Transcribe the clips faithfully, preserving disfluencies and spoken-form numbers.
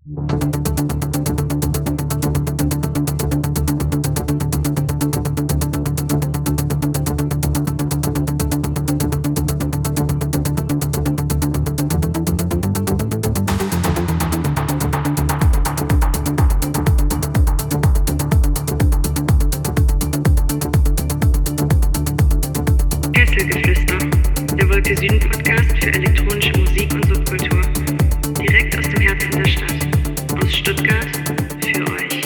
Kesselgeflüster, der Wolke Süden Podcast für elektronische Musik und Subkultur. Direkt aus dem Herzen der Stadt. Aus Stuttgart für euch.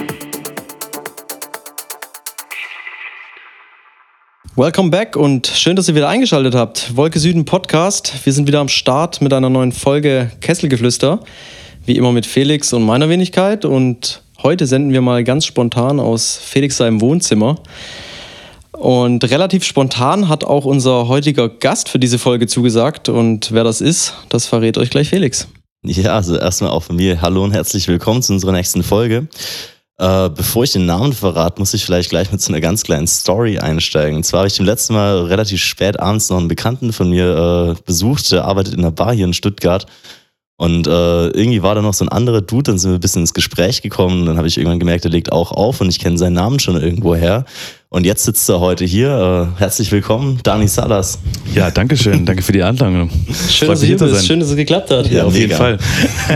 Welcome back und schön, dass ihr wieder eingeschaltet habt. Wolke Süden Podcast. Wir sind wieder am Start mit einer neuen Folge Kesselgeflüster. Wie immer mit Felix und meiner Wenigkeit. Und heute senden wir mal ganz spontan aus Felix seinem Wohnzimmer. Und relativ spontan hat auch unser heutiger Gast für diese Folge zugesagt. Und wer das ist, das verrät euch gleich Felix. Ja, also erstmal auch von mir hallo und herzlich willkommen zu unserer nächsten Folge. Äh, bevor ich den Namen verrate, muss ich vielleicht gleich mit so einer ganz kleinen Story einsteigen. Und zwar habe ich zum letzten Mal relativ spät abends noch einen Bekannten von mir äh, besucht, der arbeitet in einer Bar hier in Stuttgart. Und äh, irgendwie war da noch so ein anderer Dude, dann sind wir ein bisschen ins Gespräch gekommen. Dann habe ich irgendwann gemerkt, er legt auch auf und ich kenne seinen Namen schon irgendwo her. Und jetzt sitzt er heute hier. Äh, herzlich willkommen, Dani Salas. Ja, danke schön. Danke für die Einladung. Schön, dass du hier bist. Schön, dass es geklappt hat. Ja, auf jeden Fall.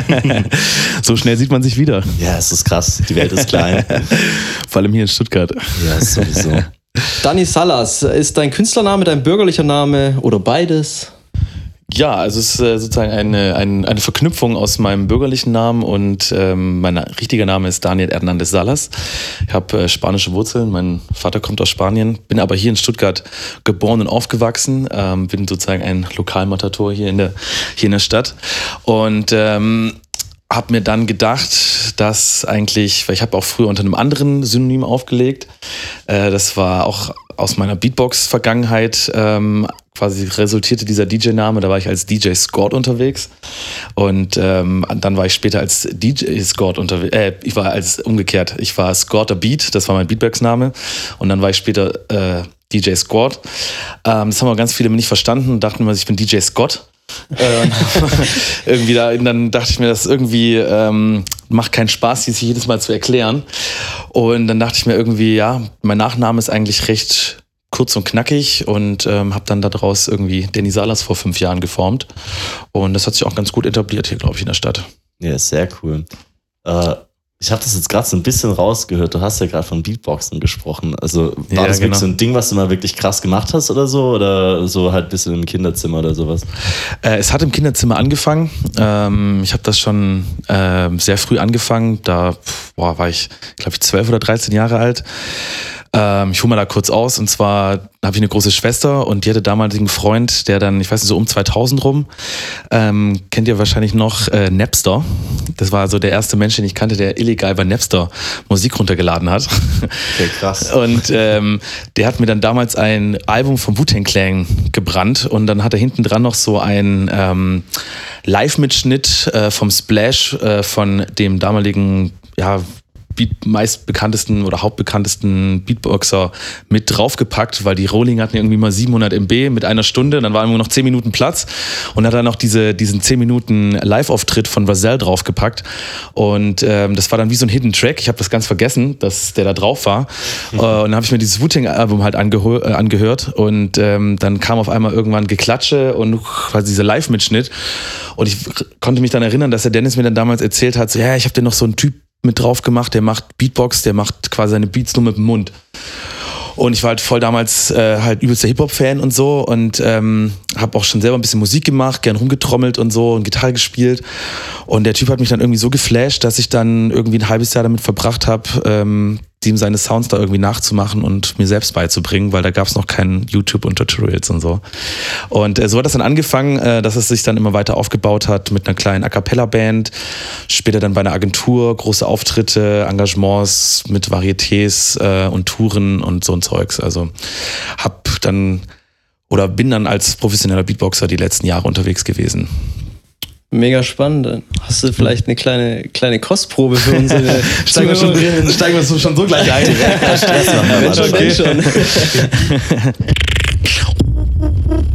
So schnell sieht man sich wieder. Ja, es ist krass. Die Welt ist klein. Vor allem hier in Stuttgart. Ja, sowieso. Dani Salas, ist dein Künstlername, dein bürgerlicher Name oder beides? Ja, also es ist äh, sozusagen eine, eine, eine Verknüpfung aus meinem bürgerlichen Namen und ähm, mein richtiger Name ist Daniel Hernández Salas. Ich habe äh, spanische Wurzeln, mein Vater kommt aus Spanien, bin aber hier in Stuttgart geboren und aufgewachsen, ähm, bin sozusagen ein Lokalmatador hier in der, hier in der Stadt und ähm, habe mir dann gedacht, dass eigentlich, weil ich habe auch früher unter einem anderen Synonym aufgelegt, äh, das war auch aus meiner Beatbox-Vergangenheit ähm, quasi resultierte dieser D J-Name, da war ich als D J Scott unterwegs und ähm, dann war ich später als D J Scott unterwegs, äh, ich war als umgekehrt, ich war Scott the Beat, das war mein Beatbox-Name und dann war ich später äh, D J Scott. Ähm, das haben aber ganz viele nicht verstanden und dachten immer, ich bin D J Scott. äh, irgendwie da, dann dachte ich mir, das irgendwie ähm, macht keinen Spaß, sich jedes Mal zu erklären. Und dann dachte ich mir irgendwie, ja, mein Nachname ist eigentlich recht kurz und knackig und ähm, habe dann daraus irgendwie Dani Salas vor fünf Jahren geformt. Und das hat sich auch ganz gut etabliert hier, glaube ich, in der Stadt. Ja, sehr cool. Äh, ich habe das jetzt gerade so ein bisschen rausgehört. Du hast ja gerade von Beatboxen gesprochen. Also war ja, das genau. wirklich so ein Ding, was du mal wirklich krass gemacht hast oder so? Oder so halt ein bisschen im Kinderzimmer oder sowas? Äh, es hat im Kinderzimmer angefangen. Ähm, ich habe das schon äh, sehr früh angefangen. Da boah, war ich, glaube ich, zwölf oder dreizehn Jahre alt. Ähm, ich hole mal da kurz aus. Und zwar habe ich eine große Schwester und die hatte damals einen Freund, der dann, ich weiß nicht, so um zweitausend rum, ähm, kennt ihr wahrscheinlich noch äh, Napster. Das war so der erste Mensch, den ich kannte, der illegal bei Napster Musik runtergeladen hat. Okay, krass. Und ähm, der hat mir dann damals ein Album vom Wu-Tang Clan gebrannt und dann hat er hinten dran noch so ein ähm, Live-Mitschnitt äh, vom Splash äh, von dem damaligen, ja, Beat meistbekanntesten oder hauptbekanntesten Beatboxer mit draufgepackt, weil die Rolling hatten irgendwie mal siebenhundert Megabyte mit einer Stunde, dann waren nur noch zehn Minuten Platz und hat dann noch diese, diesen zehn Minuten Live-Auftritt von Vazel draufgepackt und ähm, das war dann wie so ein Hidden Track, ich habe das ganz vergessen, dass der da drauf war mhm. äh, und dann habe ich mir dieses Wu-Tang-Album halt angehör, äh, angehört und ähm, dann kam auf einmal irgendwann Geklatsche und quasi dieser Live-Mitschnitt und ich konnte mich dann erinnern, dass der Dennis mir dann damals erzählt hat, so ja, ich habe dir noch so einen Typ mit drauf gemacht, der macht Beatbox, der macht quasi seine Beats nur mit dem Mund. Und ich war halt voll damals äh, halt übelster Hip-Hop-Fan und so und ähm, habe auch schon selber ein bisschen Musik gemacht, gern rumgetrommelt und so und Gitarre gespielt. Und der Typ hat mich dann irgendwie so geflasht, dass ich dann irgendwie ein halbes Jahr damit verbracht habe, ähm, ihm seine Sounds da irgendwie nachzumachen und mir selbst beizubringen, weil da gab es noch kein YouTube und Tutorials und so. Und äh, so hat das dann angefangen, äh, dass es sich dann immer weiter aufgebaut hat mit einer kleinen A-Cappella-Band, später dann bei einer Agentur, große Auftritte, Engagements mit Varietés äh, und Touren und so ein Zeugs. Also hab dann oder bin dann als professioneller Beatboxer die letzten Jahre unterwegs gewesen. Mega spannend. Hast du vielleicht eine kleine, kleine Kostprobe für uns? Steigen wir schon, steigen wir schon so gleich ein. Ja, Stress machen wir schon, okay. schon.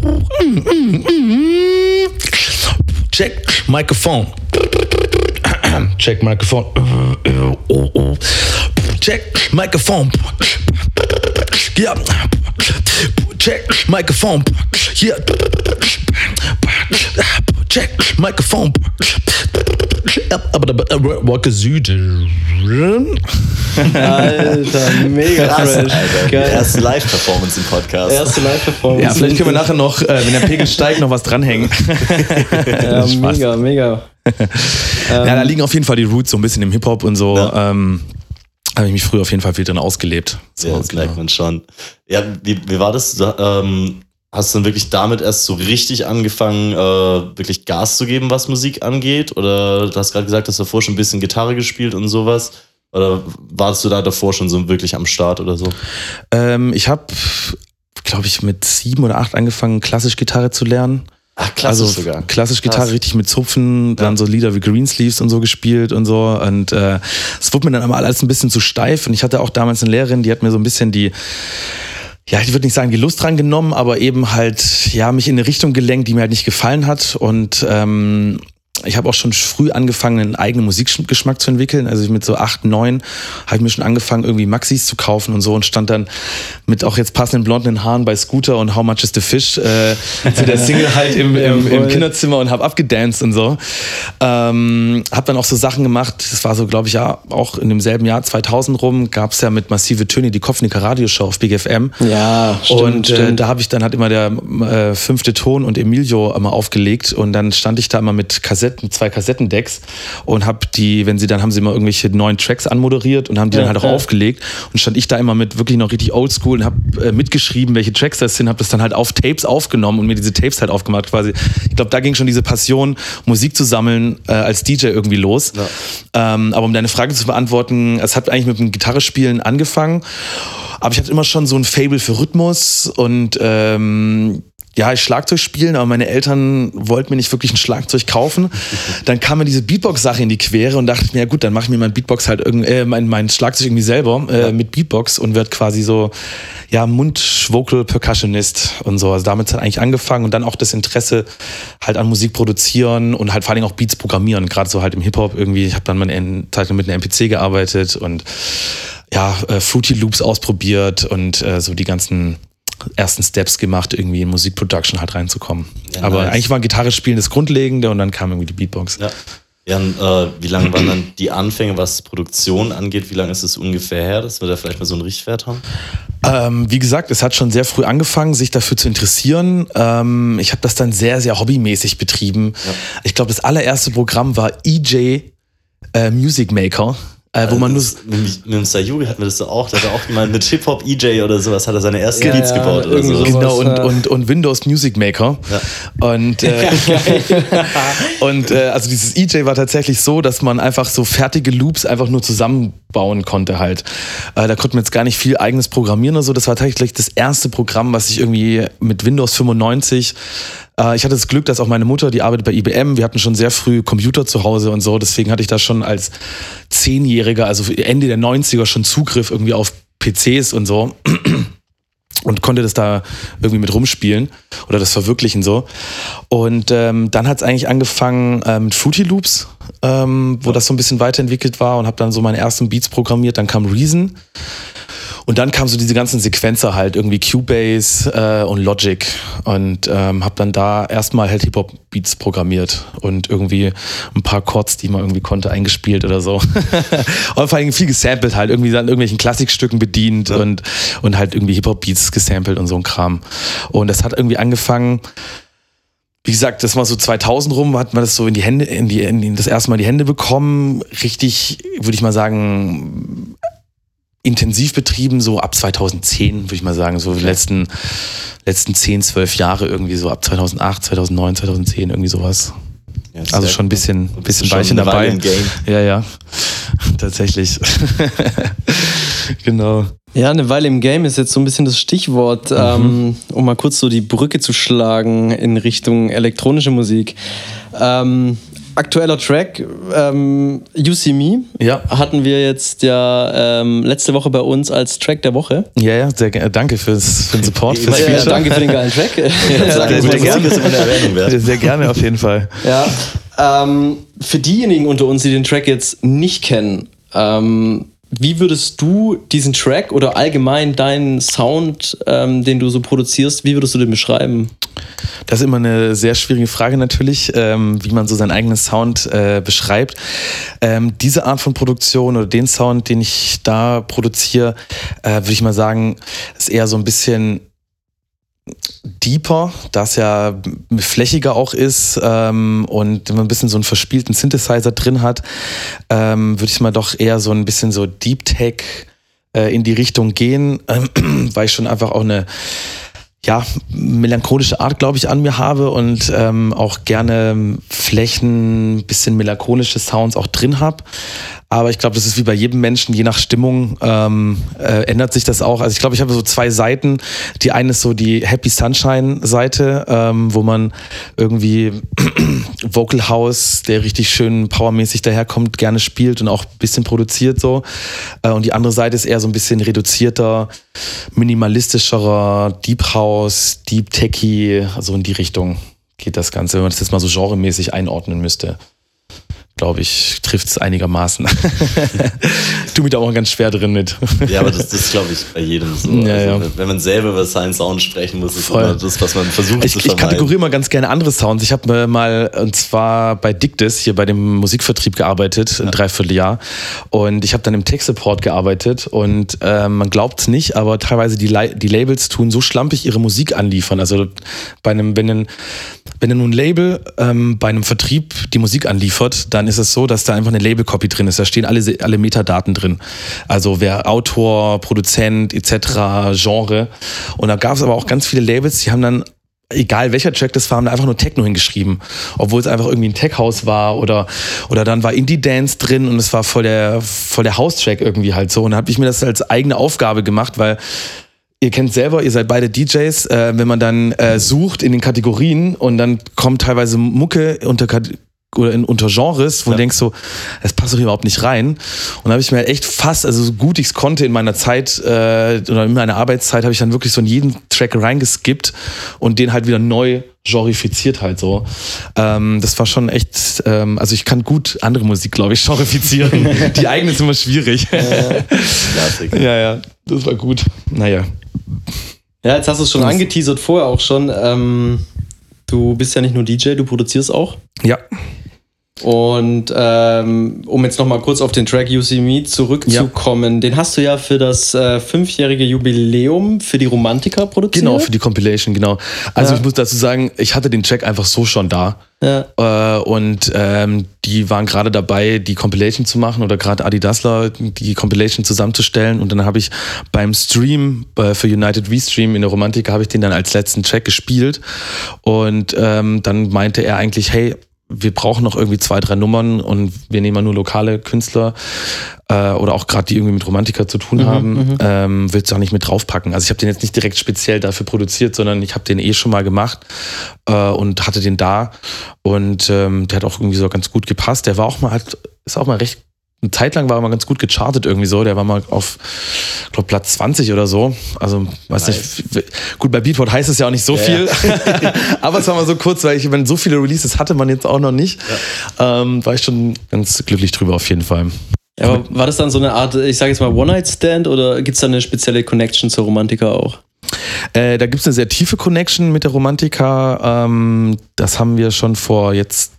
Check, Mikrofon. Check Mikrofon. Oh, oh. Check Mikrofon. Ja. Check Mikrofon. Hier. Check Mikrofon. Wolke Süden. Alter, mega Krass, fresh. Alter. Geil. Erste Live-Performance im Podcast. Erste Live-Performance. Ja, vielleicht können wir nachher noch, äh, wenn der Pegel steigt, noch was dranhängen. Ja, mega, mega. Ja, da liegen auf jeden Fall die Roots so ein bisschen im Hip-Hop und so. Ja. Ähm, habe ich mich früher auf jeden Fall viel drin ausgelebt. So, Ja, das genau. merkt man schon. Ja, wie, wie war das? Du, ähm, hast du dann wirklich damit erst so richtig angefangen, äh, wirklich Gas zu geben, was Musik angeht? Oder du hast gerade gesagt, dass du davor schon ein bisschen Gitarre gespielt und sowas? Oder warst du da davor schon so wirklich am Start oder so? Ähm, ich habe, glaube ich, mit sieben oder acht angefangen, klassisch Gitarre zu lernen. Ach, klassisch also sogar. klassisch Gitarre, Krass. richtig mit Zupfen, dann Ja. so Lieder wie Greensleeves und so gespielt und so. Und äh, es wurde mir dann aber alles ein bisschen zu steif. Und ich hatte auch damals eine Lehrerin, die hat mir so ein bisschen die, ja, ich würde nicht sagen, die Lust dran genommen, aber eben halt, ja, mich in eine Richtung gelenkt, die mir halt nicht gefallen hat. Und ähm, ich habe auch schon früh angefangen, einen eigenen Musikgeschmack zu entwickeln. Also mit so acht, neun habe ich mir schon angefangen, irgendwie Maxis zu kaufen und so und stand dann mit auch jetzt passenden blonden Haaren bei Scooter und How Much is the Fish äh, zu der Single halt im, im, im Kinderzimmer und habe abgedanced und so. Ähm, habe dann auch so Sachen gemacht, das war so, glaube ich, ja, auch in demselben Jahr zweitausend rum, gab es ja mit Massive Töne die Kopfnicker Radioshow auf Big F M. Ja, stimmt, Und äh, stimmt. da habe ich dann halt immer der äh, fünfte Ton und Emilio immer aufgelegt und dann stand ich da immer mit Kassetten, zwei Kassettendecks und habe die, wenn sie dann haben sie immer irgendwelche neuen Tracks anmoderiert und haben die Ja, dann halt auch ja. aufgelegt und stand ich da immer mit wirklich noch richtig oldschool und habe äh, mitgeschrieben, welche Tracks das sind, habe das dann halt auf Tapes aufgenommen und mir diese Tapes halt aufgemacht quasi. Ich glaube, da ging schon diese Passion, Musik zu sammeln äh, als D J irgendwie los. Ja. Ähm, aber um deine Frage zu beantworten, es hat eigentlich mit dem Gitarrespielen angefangen, aber ich hatte immer schon so ein Faible für Rhythmus und ähm, ja, ich Schlagzeug spielen, aber meine Eltern wollten mir nicht wirklich ein Schlagzeug kaufen. Dann kam mir diese Beatbox-Sache in die Quere und dachte mir, ja gut, dann mache ich mir mein Beatbox halt irgend, äh, mein, mein Schlagzeug irgendwie selber äh, mit Beatbox und werd quasi so, ja, Mund-Vocal-Percussionist und so. Also damit hat eigentlich angefangen und dann auch das Interesse halt an Musik produzieren und halt vor allem auch Beats programmieren, gerade so halt im Hip-Hop irgendwie. Ich habe dann mal eine Zeit lang mit einer M P C gearbeitet und ja, äh, Fruity Loops ausprobiert und äh, so die ganzen ersten Steps gemacht, irgendwie in Musikproduction halt reinzukommen. Ja, aber nice. eigentlich war Gitarre spielen das Grundlegende und dann kam irgendwie die Beatbox. Ja. Ja, und, äh, wie lange waren dann die Anfänge, was Produktion angeht? Wie lange ist es ungefähr her, dass wir da vielleicht mal so einen Richtwert haben? Ähm, wie gesagt, es hat schon sehr früh angefangen, sich dafür zu interessieren. Ähm, ich habe das dann sehr, sehr hobbymäßig betrieben. Ja. Ich glaube, das allererste Programm war E J äh, Music Maker. Äh, wo man nur das, mit, mit dem Sayuri hatten wir das so auch, da hat er auch gemeint, mit Hip-Hop E J oder sowas hat er seine ersten Ja, Beats ja, gebaut oder irgendwie so. sowas. genau, und, ja. und, und Windows Music Maker. Ja. Und, äh, und äh, also dieses E J war tatsächlich so, dass man einfach so fertige Loops einfach nur zusammenbauen konnte halt. Äh, da konnte man jetzt gar nicht viel eigenes programmieren oder so. Das war tatsächlich das erste Programm, was ich irgendwie mit Windows fünfundneunzig äh, ich hatte das Glück, dass auch meine Mutter, die arbeitet bei I B M, wir hatten schon sehr früh Computer zu Hause und so, deswegen hatte ich da schon als Zehnjähriger, also Ende der neunziger schon Zugriff irgendwie auf P Cs und so und konnte das da irgendwie mit rumspielen oder das verwirklichen so. Und ähm, dann hat es eigentlich angefangen äh, mit Fruity Loops, ähm, wo das so ein bisschen weiterentwickelt war und habe dann so meine ersten Beats programmiert. Dann kam Reason und dann kamen so diese ganzen Sequenzer halt, irgendwie Cubase äh, und Logic und ähm, habe dann da erstmal halt Hip-Hop-Beats programmiert und irgendwie ein paar Chords, die man irgendwie konnte, eingespielt oder so. Und vor allem viel gesampelt halt, irgendwie an irgendwelchen Klassikstücken bedient Ja. und, und halt irgendwie Hip-Hop-Beats gesampelt und so ein Kram. Und das hat irgendwie angefangen, wie gesagt, das war so zweitausend rum, hat man das so in die Hände, in die, in die, das erste Mal in die Hände bekommen. Richtig, würde ich mal sagen, intensiv betrieben, so ab zweitausendzehn, würde ich mal sagen, so die letzten, letzten zehn, zwölf Jahre irgendwie so ab zweitausendacht, zweitausendneun, zweitausendzehn, irgendwie sowas. Ja, Also sehr schon ein cool. bisschen, Du bist bisschen schon Weilchen eine Weile dabei. im Game. Ja, ja, tatsächlich. Genau. Ja, eine Weile im Game ist jetzt so ein bisschen das Stichwort, Mhm. ähm, um mal kurz so die Brücke zu schlagen in Richtung elektronische Musik. Ähm, aktueller Track, ähm, You See Me, Ja. hatten wir jetzt ja ähm, letzte Woche bei uns als Track der Woche. Ja, ja, sehr gerne. Danke fürs, für den Support, fürs Ja, Feature. danke für den geilen Track. Ich würde sagen, sehr gute gerne. Musik ist immer eine Erwähnung wert. Sehr gerne auf jeden Fall. Ja, Ähm, für diejenigen unter uns, die den Track jetzt nicht kennen, ähm, wie würdest du diesen Track oder allgemein deinen Sound, ähm, den du so produzierst, wie würdest du den beschreiben? Das ist immer eine sehr schwierige Frage natürlich, ähm, wie man so seinen eigenen Sound äh, beschreibt. Ähm, diese Art von Produktion oder den Sound, den ich da produziere, äh, würde ich mal sagen, ist eher so ein bisschen deeper, da es ja flächiger auch ist ähm, und wenn man ein bisschen so einen verspielten Synthesizer drin hat, ähm, würde ich mal doch eher so ein bisschen so Deep Tech äh, in die Richtung gehen, äh, weil ich schon einfach auch eine ja, melancholische Art, glaube ich, an mir habe und ähm, auch gerne Flächen, bisschen melancholische Sounds auch drin habe. Aber ich glaube, das ist wie bei jedem Menschen, je nach Stimmung ähm, äh, ändert sich das auch. Also ich glaube, ich habe so zwei Seiten. Die eine ist so die Happy Sunshine-Seite, ähm, wo man irgendwie Vocal House, der richtig schön powermäßig daherkommt, gerne spielt und auch ein bisschen produziert so. Äh, und die andere Seite ist eher so ein bisschen reduzierter, minimalistischerer Deep House, Deep Techie, so in die Richtung geht das Ganze, wenn man das jetzt mal so genremäßig einordnen müsste. Glaube ich, trifft es einigermaßen. Tu mich da auch ganz schwer drin mit. Ja, aber das, das ist, glaube ich, bei jedem so. Ja, also, ja. Wenn man selber über seinen Sound sprechen muss, ist Voll. immer das, was man versucht ich, zu ich vermeiden. kategoriere mal ganz gerne andere Sounds. Ich habe mal, und zwar bei Dictis, hier bei dem Musikvertrieb gearbeitet, ein ja. Dreivierteljahr. Und ich habe dann im Tech-Support gearbeitet. Und äh, man glaubt es nicht, aber teilweise die, La- die Labels tun so schlampig ihre Musik anliefern. Also bei einem, wenn ein, wenn ein Label ähm, bei einem Vertrieb die Musik anliefert, dann ist es so, dass da einfach eine Label-Copy drin ist. Da stehen alle, alle Metadaten drin. Also wer Autor, Produzent et cetera, Genre. Und da gab es aber auch ganz viele Labels, die haben dann, egal welcher Track das war, haben da einfach nur Techno hingeschrieben. Obwohl es einfach irgendwie ein Tech-House war oder, oder dann war Indie-Dance drin und es war voll der, voll der House-Track irgendwie halt so. Und da habe ich mir das als eigene Aufgabe gemacht, weil ihr kennt selber, ihr seid beide D Js, äh, wenn man dann äh, sucht in den Kategorien und dann kommt teilweise Mucke unter Kategorien oder in, unter Genres, wo ja. du denkst so, das passt doch überhaupt nicht rein. Und da habe ich mir halt echt fast, also so gut ich es konnte in meiner Zeit äh, oder in meiner Arbeitszeit, habe ich dann wirklich so in jeden Track reingeskippt und den halt wieder neu genreifiziert halt so. Ähm, das war schon echt, ähm, also ich kann gut andere Musik, glaube ich, genreifizieren. Die eigene ist immer schwierig. Klassik. Ja, ja, das war gut. Naja. Ja, jetzt hast du es schon das angeteasert, vorher auch schon. Ähm, du bist ja nicht nur D J, du produzierst auch. Ja. Und ähm, um jetzt nochmal kurz auf den Track You See Me zurückzukommen, ja. den hast du ja für das äh, fünfjährige Jubiläum für die Romantiker produziert. Genau, für die Compilation, genau. Also ja. ich muss dazu sagen, ich hatte den Track einfach so schon da. Ja. Äh, und ähm, die waren gerade dabei, die Compilation zu machen oder gerade Adi Dassler die Compilation zusammenzustellen. Und dann habe ich beim Stream äh, für United V-Stream in der Romantiker habe ich den dann als letzten Track gespielt. Und ähm, dann meinte er eigentlich, hey, wir brauchen noch irgendwie zwei, drei Nummern und wir nehmen mal nur lokale Künstler äh, oder auch gerade die irgendwie mit Romantiker zu tun mhm, haben, ähm, willst du auch nicht mit draufpacken. Also ich habe den jetzt nicht direkt speziell dafür produziert, sondern ich habe den eh schon mal gemacht äh, und hatte den da und ähm, der hat auch irgendwie so ganz gut gepasst. Der war auch mal, halt, ist auch mal recht, eine Zeit lang war er mal ganz gut gechartet irgendwie so. Der war mal auf, ich glaube, Platz zwanzig oder so. Also, weiß nice. nicht. Gut, bei Beatport heißt es ja auch nicht so ja, viel. Ja. Aber es war mal so kurz, weil ich, wenn so viele Releases hatte man jetzt auch noch nicht, ja. ähm, war ich schon ganz glücklich drüber auf jeden Fall. Ja, aber war das dann so eine Art, ich sage jetzt mal One-Night-Stand oder gibt es da eine spezielle Connection zur Romantiker auch? Äh, da gibt es eine sehr tiefe Connection mit der Romantiker. Ähm, das haben wir schon vor jetzt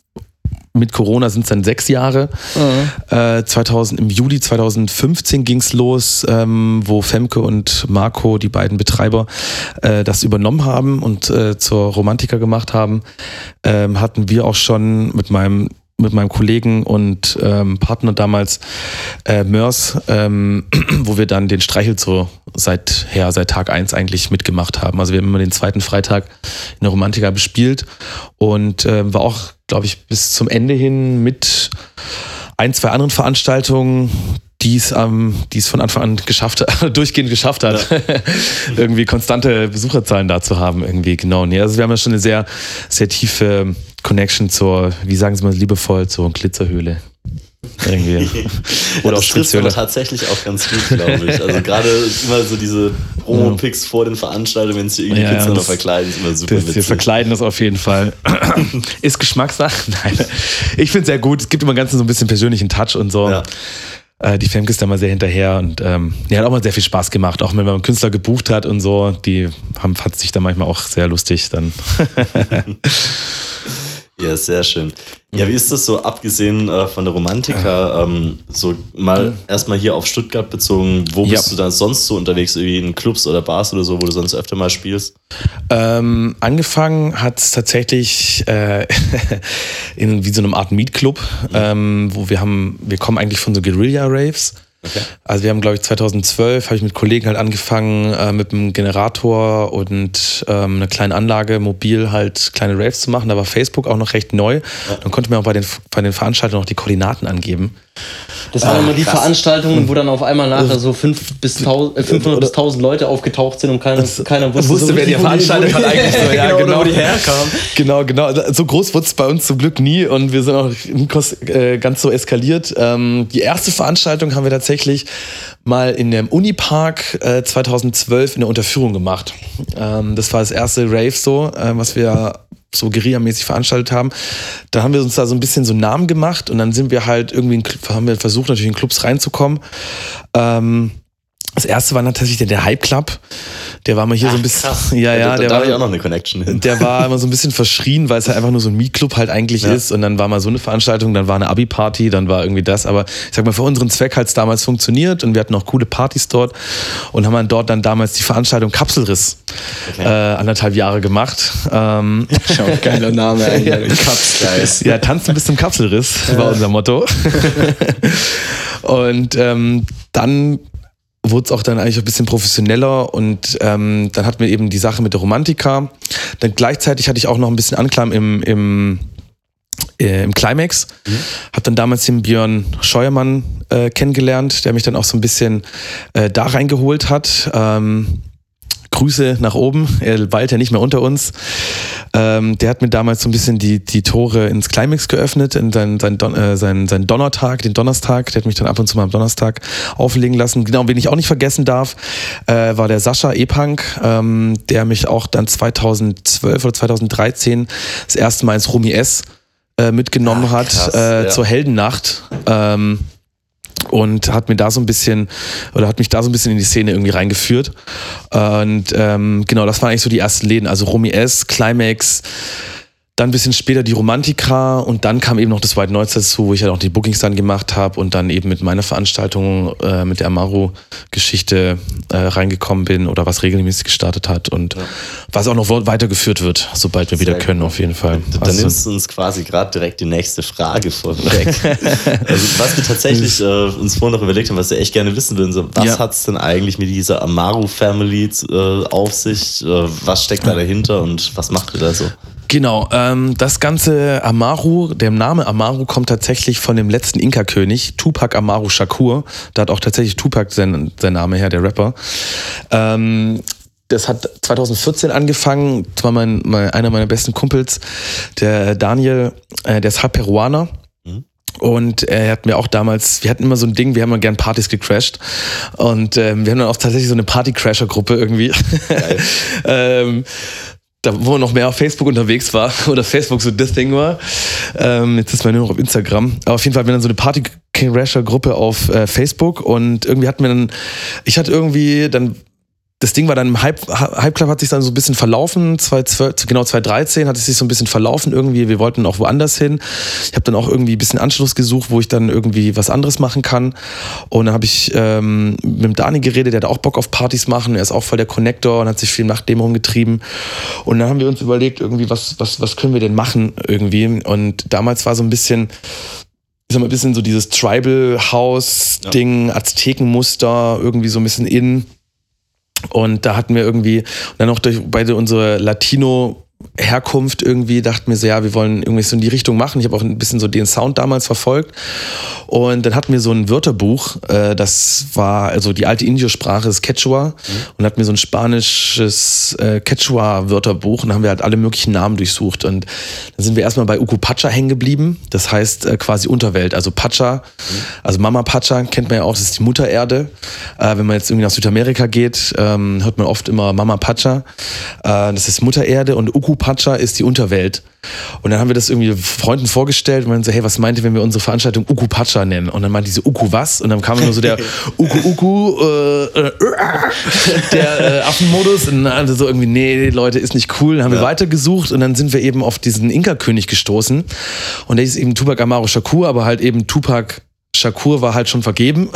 mit Corona sind es dann sechs Jahre. Mhm. Äh, zweitausend, im Juli zweitausendfünfzehn ging es los, ähm, wo Femke und Marco, die beiden Betreiber, äh, das übernommen haben und äh, zur Romantiker gemacht haben. Ähm, hatten wir auch schon mit meinem mit meinem Kollegen und ähm, Partner damals äh, Mörs, ähm, wo wir dann den Streichel so seither, seit Tag eins eigentlich mitgemacht haben. Also wir haben immer den zweiten Freitag in der Romantiker bespielt und äh, war auch, glaube ich, bis zum Ende hin mit ein, zwei anderen Veranstaltungen, die es ähm, die es von Anfang an geschafft durchgehend geschafft hat, ja. irgendwie konstante Besucherzahlen da zu haben, irgendwie, genau. Nee, also wir haben ja schon eine sehr, sehr tiefe Connection zur, wie sagen Sie mal liebevoll, zur Glitzerhöhle. Irgendwie. Oder ja, auch das trifft spezielle. aber tatsächlich auch ganz gut, glaube ich. Also gerade immer so diese Promo-Picks vor den Veranstaltungen, wenn sich irgendwie Ja, Kids ja, noch das- verkleiden, ist immer super Das, wir witzig. verkleiden das auf jeden Fall. Ist Geschmackssache? Nein. Ich finde es sehr gut. Es gibt immer ganz so ein bisschen persönlichen Touch und so. Ja. Äh, die Femke ist da mal sehr hinterher und ähm, die hat auch mal sehr viel Spaß gemacht, auch wenn man einen Künstler gebucht hat und so. Die haben, fand sich da manchmal auch sehr lustig dann. Ja, sehr schön. Ja, wie ist das so, abgesehen äh, von der Romantika, ähm, so mal erstmal hier auf Stuttgart bezogen, wo Ja. bist du da sonst so unterwegs, irgendwie in Clubs oder Bars oder so, wo du sonst öfter mal spielst? Ähm, angefangen hat es tatsächlich äh, in wie so einem Art Meet-Club, ähm, wo wir haben, wir kommen eigentlich von so Guerilla-Raves. Okay. Also wir haben, glaube ich, zweitausendzwölf habe ich mit Kollegen halt angefangen, äh, mit einem Generator und ähm, einer kleinen Anlage, mobil halt kleine Raves zu machen. Da war Facebook auch noch recht neu. Ja. Dann konnte man auch bei den, bei den Veranstaltungen noch die Koordinaten angeben. Das waren Ah, immer die krass. Veranstaltungen, wo dann auf einmal nachher so fünf bis tausend, äh, fünfhundert bis tausend Leute aufgetaucht sind und keiner, keiner wusste, wusste, so wer die richtig, wo veranstaltet wo hat eigentlich so. Ja, genau, genau. wo die herkamen. Genau, genau. So groß wurde es bei uns zum Glück nie und wir sind auch nie kos- äh, ganz so eskaliert. Ähm, die erste Veranstaltung haben wir tatsächlich mal in dem Unipark äh, zweitausendzwölf in der Unterführung gemacht. Ähm, das war das erste Rave so, äh, was wir so guerillamäßig veranstaltet haben. Da haben wir uns da so ein bisschen so einen Namen gemacht und dann sind wir halt irgendwie, in, Cl- haben wir versucht natürlich in Clubs reinzukommen. Ähm, das erste war natürlich der, der Hype Club. Der war mal hier so ein bisschen, Krass. ja, ja, da, der da war habe ich auch noch eine Connection hin. der war immer so ein bisschen verschrien, weil es halt einfach nur so ein Meet-Club halt eigentlich Ja. ist. Und dann war mal so eine Veranstaltung, dann war eine Abi-Party, dann war irgendwie das. Aber ich sag mal, für unseren Zweck hat es damals funktioniert und wir hatten auch coole Partys dort und haben dann dort dann damals die Veranstaltung Kapselriss Okay. äh, anderthalb Jahre gemacht. Ähm, Schau, geiler Name eigentlich. Geist. ja, tanzen bis zum Kapselriss war unser Motto. Und ähm, dann wurde es auch dann eigentlich ein bisschen professioneller und ähm, dann hatten wir eben die Sache mit der Romantika. Dann gleichzeitig hatte ich auch noch ein bisschen Anklam im, im, äh, im Climax. Mhm. Habe dann damals den Björn Scheuermann äh, kennengelernt, der mich dann auch so ein bisschen äh, da reingeholt hat. Ähm, Grüße nach oben, er weilt ja nicht mehr unter uns. Ähm, der hat mir damals so ein bisschen die, die Tore ins Climax geöffnet, in seinen sein, Don, äh, sein, sein Donnertag, den Donnerstag. Der hat mich dann ab und zu mal am Donnerstag auflegen lassen. Genau, wen ich auch nicht vergessen darf, äh, war der Sascha E-Punk, ähm, der mich auch dann zweitausendzwölf oder zweitausenddreizehn das erste Mal ins Romy S äh, mitgenommen Ach, hat, krass, äh, ja. zur Heldennacht. Ähm, und hat mir da so ein bisschen oder hat mich da so ein bisschen in die Szene irgendwie reingeführt. Und ähm, genau, das waren eigentlich so die ersten Läden, also Romy S, Climax, dann ein bisschen später die Romantika und dann kam eben noch das White Noise dazu, wo ich ja auch die Bookings dann gemacht habe und dann eben mit meiner Veranstaltung äh, mit der Amaru-Geschichte äh, reingekommen bin oder was regelmäßig gestartet hat und ja. was auch noch weitergeführt wird, sobald wir Sehr wieder können, gut. auf jeden Fall. Da also, nimmst du uns quasi gerade direkt die nächste Frage vorweg. Also was wir tatsächlich äh, uns vorhin noch überlegt haben, was wir echt gerne wissen würden, so, was Ja. hat es denn eigentlich mit dieser Amaru-Family äh, auf sich? Äh, was steckt da dahinter und was macht ihr da so? Genau, ähm, das ganze Amaru, der Name Amaru kommt tatsächlich von dem letzten Inka-König, Tupac Amaru Shakur. Da hat auch tatsächlich Tupac sein, sein Name her, der Rapper. Ähm, das hat zweitausendvierzehn angefangen, das war mein, mein, einer meiner besten Kumpels, der Daniel, äh, der ist halb Peruaner. Und er hat mir auch damals, wir hatten immer so ein Ding, wir haben immer gern Partys gecrashed. Und ähm, wir haben dann auch tatsächlich so eine Party-Crasher-Gruppe irgendwie. Geil. ähm, da, wo man noch mehr auf Facebook unterwegs war oder Facebook so das Ding war. Ähm, jetzt ist man nur noch auf Instagram. Aber auf jeden Fall hatten wir dann so eine Party-Crasher-Gruppe auf äh, Facebook und irgendwie hatten wir dann, ich hatte irgendwie dann, das Ding war dann im Hype, Hype Club hat sich dann so ein bisschen verlaufen, zweitausendzwölf, genau zweitausenddreizehn hat es sich so ein bisschen verlaufen irgendwie, wir wollten auch woanders hin. Ich habe dann auch irgendwie ein bisschen Anschluss gesucht, wo ich dann irgendwie was anderes machen kann und dann habe ich ähm, mit dem Dani geredet, der hat auch Bock auf Partys machen, er ist auch voll der Connector und hat sich viel nach dem rumgetrieben und dann haben wir uns überlegt irgendwie, was, was, was können wir denn machen irgendwie und damals war so ein bisschen ich sag mal, ein bisschen so dieses Tribal-House-Ding, ja. Aztekenmuster, irgendwie so ein bisschen in. Und da hatten wir irgendwie, und dann noch durch beide unsere Latino- Herkunft irgendwie, dachten wir so, ja, wir wollen irgendwie so in die Richtung machen. Ich habe auch ein bisschen so den Sound damals verfolgt. Und dann hatten wir so ein Wörterbuch, äh, das war also die alte indische Sprache, das Quechua. Mhm. Und hatten wir so ein spanisches äh, Quechua-Wörterbuch und dann haben wir halt alle möglichen Namen durchsucht. Und dann sind wir erstmal bei Uku Pacha hängen geblieben. Das heißt äh, quasi Unterwelt. Also Pacha, mhm. also Mama Pacha kennt man ja auch, das ist die Muttererde. Äh, wenn man jetzt irgendwie nach Südamerika geht, ähm, hört man oft immer Mama Pacha. Äh, das ist Muttererde und Uku Pacha ist die Unterwelt. Und dann haben wir das irgendwie Freunden vorgestellt und man so, hey, was meint ihr, wenn wir unsere Veranstaltung Uku Pacha nennen? Und dann meinte diese Uku was? Und dann kam nur so der Uku Uku, äh, äh, der äh, Affenmodus. Und dann so irgendwie, nee, Leute, ist nicht cool. Dann haben ja. wir weitergesucht und dann sind wir eben auf diesen Inka-König gestoßen. Und der ist eben Tupac Amaru Shakur, aber halt eben Tupac Shakur war halt schon vergeben.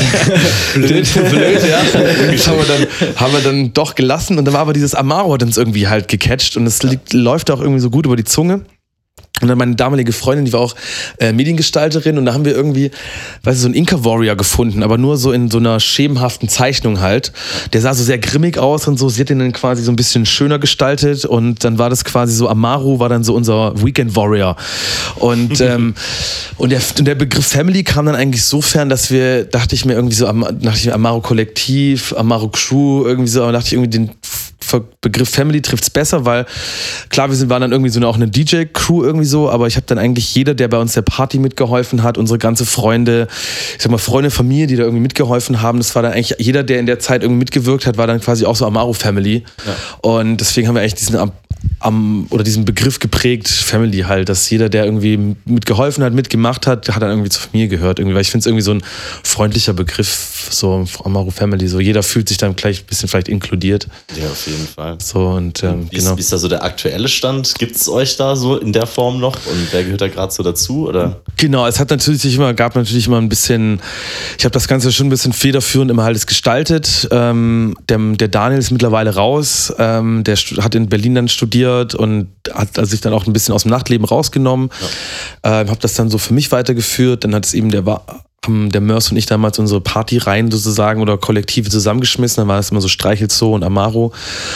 blöd, blöd, ja. Das haben wir, dann, haben wir dann doch gelassen. Und dann war aber dieses Amaru hat uns irgendwie halt gecatcht. Und es liegt, läuft auch irgendwie so gut über die Zunge. Und dann meine damalige Freundin, die war auch äh, Mediengestalterin und da haben wir irgendwie, weißt du, so einen Inka-Warrior gefunden, aber nur so in so einer schemenhaften Zeichnung halt. Der sah so sehr grimmig aus und so, sie hat den dann quasi so ein bisschen schöner gestaltet und dann war das quasi so, Amaru war dann so unser Weekend-Warrior. Und, ähm, und, der, und der Begriff Family kam dann eigentlich sofern, dass wir, dachte ich mir irgendwie so, dachte ich mir Amaru Kollektiv, Amaru Crew, irgendwie so, aber dachte ich irgendwie den Begriff Family trifft es besser, weil klar, wir sind, waren dann irgendwie so eine, auch eine D J-Crew irgendwie so, aber ich habe dann eigentlich jeder, der bei uns der Party mitgeholfen hat, unsere ganze Freunde, ich sag mal Freunde, Familie, die da irgendwie mitgeholfen haben, das war dann eigentlich, jeder, der in der Zeit irgendwie mitgewirkt hat, war dann quasi auch so Amaru Family. Ja. Und deswegen haben wir eigentlich diesen am, oder diesen Begriff geprägt, Family halt, dass jeder, der irgendwie mitgeholfen hat, mitgemacht hat, hat dann irgendwie zur Familie gehört, irgendwie, weil ich finde es irgendwie so ein freundlicher Begriff, so Amaru Family, so jeder fühlt sich dann gleich ein bisschen vielleicht inkludiert. Ja, auf jeden Fall. So und ähm, wie, genau. ist, wie ist da so der aktuelle Stand? Gibt es euch da so in der Form noch und wer gehört da gerade so dazu, oder? Genau, es hat natürlich immer, gab natürlich immer ein bisschen, ich habe das Ganze schon ein bisschen federführend immer halt gestaltet. Ähm, der, der Daniel ist mittlerweile raus, ähm, der hat in Berlin dann studiert und hat also sich dann auch ein bisschen aus dem Nachtleben rausgenommen. Ja. Ähm, habe das dann so für mich weitergeführt. Dann hat es eben der haben der Mörs und ich damals unsere Partyreihen sozusagen oder Kollektive zusammengeschmissen. Dann war das immer so Streichelzoo und Amaru.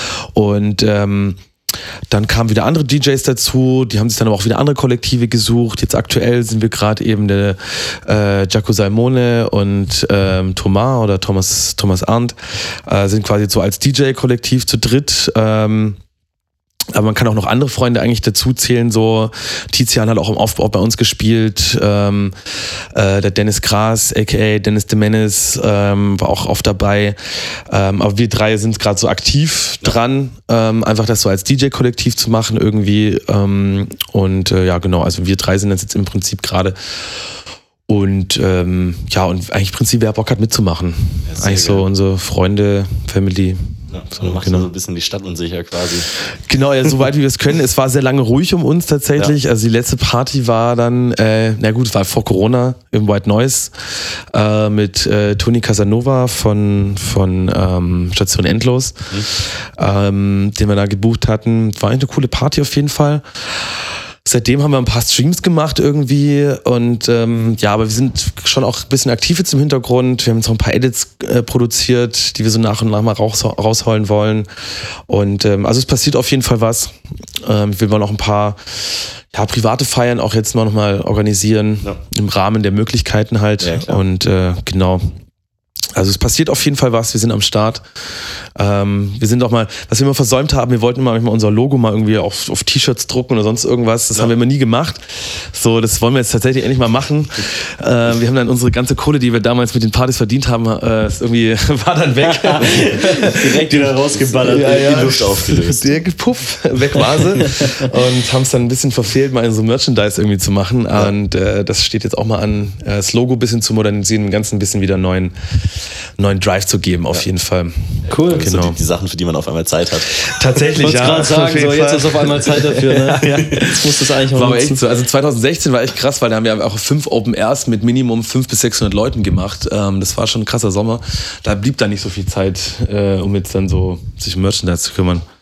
Und ähm, dann kamen wieder andere D Js dazu, die haben sich dann aber auch wieder andere Kollektive gesucht. Jetzt aktuell sind wir gerade eben der äh, Jaco Salmone und ähm, Thomas oder Thomas, Thomas Arndt, äh, sind quasi so als D J-Kollektiv zu dritt. Ähm, Aber man kann auch noch andere Freunde eigentlich dazu zählen. So Tizian hat auch im Aufbau bei uns gespielt. Ähm, äh, der Dennis Gras, aka Dennis de Menace, ähm, war auch oft dabei. Ähm, aber wir drei sind gerade so aktiv ja. dran, ähm, einfach das so als D J-Kollektiv zu machen irgendwie. Ähm, und äh, ja, genau, also wir drei sind das jetzt im Prinzip gerade. Und ähm, ja, und eigentlich im Prinzip, wer Bock hat mitzumachen. Ja, eigentlich geil. So unsere Freunde, Family. Ja, so, du machst genau. so ein bisschen die Stadt unsicher quasi. Genau, ja, soweit wie wir es können. Es war sehr lange ruhig um uns tatsächlich. Ja. Also die letzte Party war dann, äh, na gut, war vor Corona im White Noise äh, mit äh, Toni Casanova von, von ähm, Station Endlos, mhm. ähm, den wir da gebucht hatten. War eine coole Party auf jeden Fall. Seitdem haben wir ein paar Streams gemacht irgendwie und ähm, ja, aber wir sind schon auch ein bisschen aktiv jetzt im Hintergrund. Wir haben jetzt noch ein paar Edits äh, produziert, die wir so nach und nach mal raus, rausholen wollen. Und ähm, also es passiert auf jeden Fall was. Ähm, wir wollen auch ein paar ja, private Feiern auch jetzt noch mal organisieren, ja. im Rahmen der Möglichkeiten halt. Ja, und äh, genau. Also es passiert auf jeden Fall was, wir sind am Start. Ähm, wir sind auch mal, was wir immer versäumt haben, wir wollten mal unser Logo mal irgendwie auf, auf T-Shirts drucken oder sonst irgendwas. Das ja. haben wir immer nie gemacht. So, das wollen wir jetzt tatsächlich endlich mal machen. Äh, wir haben dann unsere ganze Kohle, die wir damals mit den Partys verdient haben, äh, ist irgendwie war dann weg. Direkt wieder rausgeballert, ja, ja. die Luft aufgelöst. Direkt puff, weg war sie. Und haben es dann ein bisschen verfehlt, mal so Merchandise irgendwie zu machen. Ja. Und äh, das steht jetzt auch mal an, äh, das Logo ein bisschen zu modernisieren, dem Ganzen ein bisschen wieder neuen neuen Drive zu geben, auf ja. jeden Fall. Cool. Genau. So die, die Sachen, für die man auf einmal Zeit hat. Tatsächlich, ich ja. Ich wollte gerade sagen, so, jetzt ist auf einmal Zeit dafür. Ne? ja, ja. Jetzt muss das eigentlich auch war echt so. Also zwanzig sechzehn war echt krass, weil da haben wir auch fünf Open Airs mit Minimum fünfhundert bis sechshundert Leuten gemacht. Ähm, das war schon ein krasser Sommer. Da blieb dann nicht so viel Zeit, äh, um jetzt dann so sich um Merchandise zu kümmern.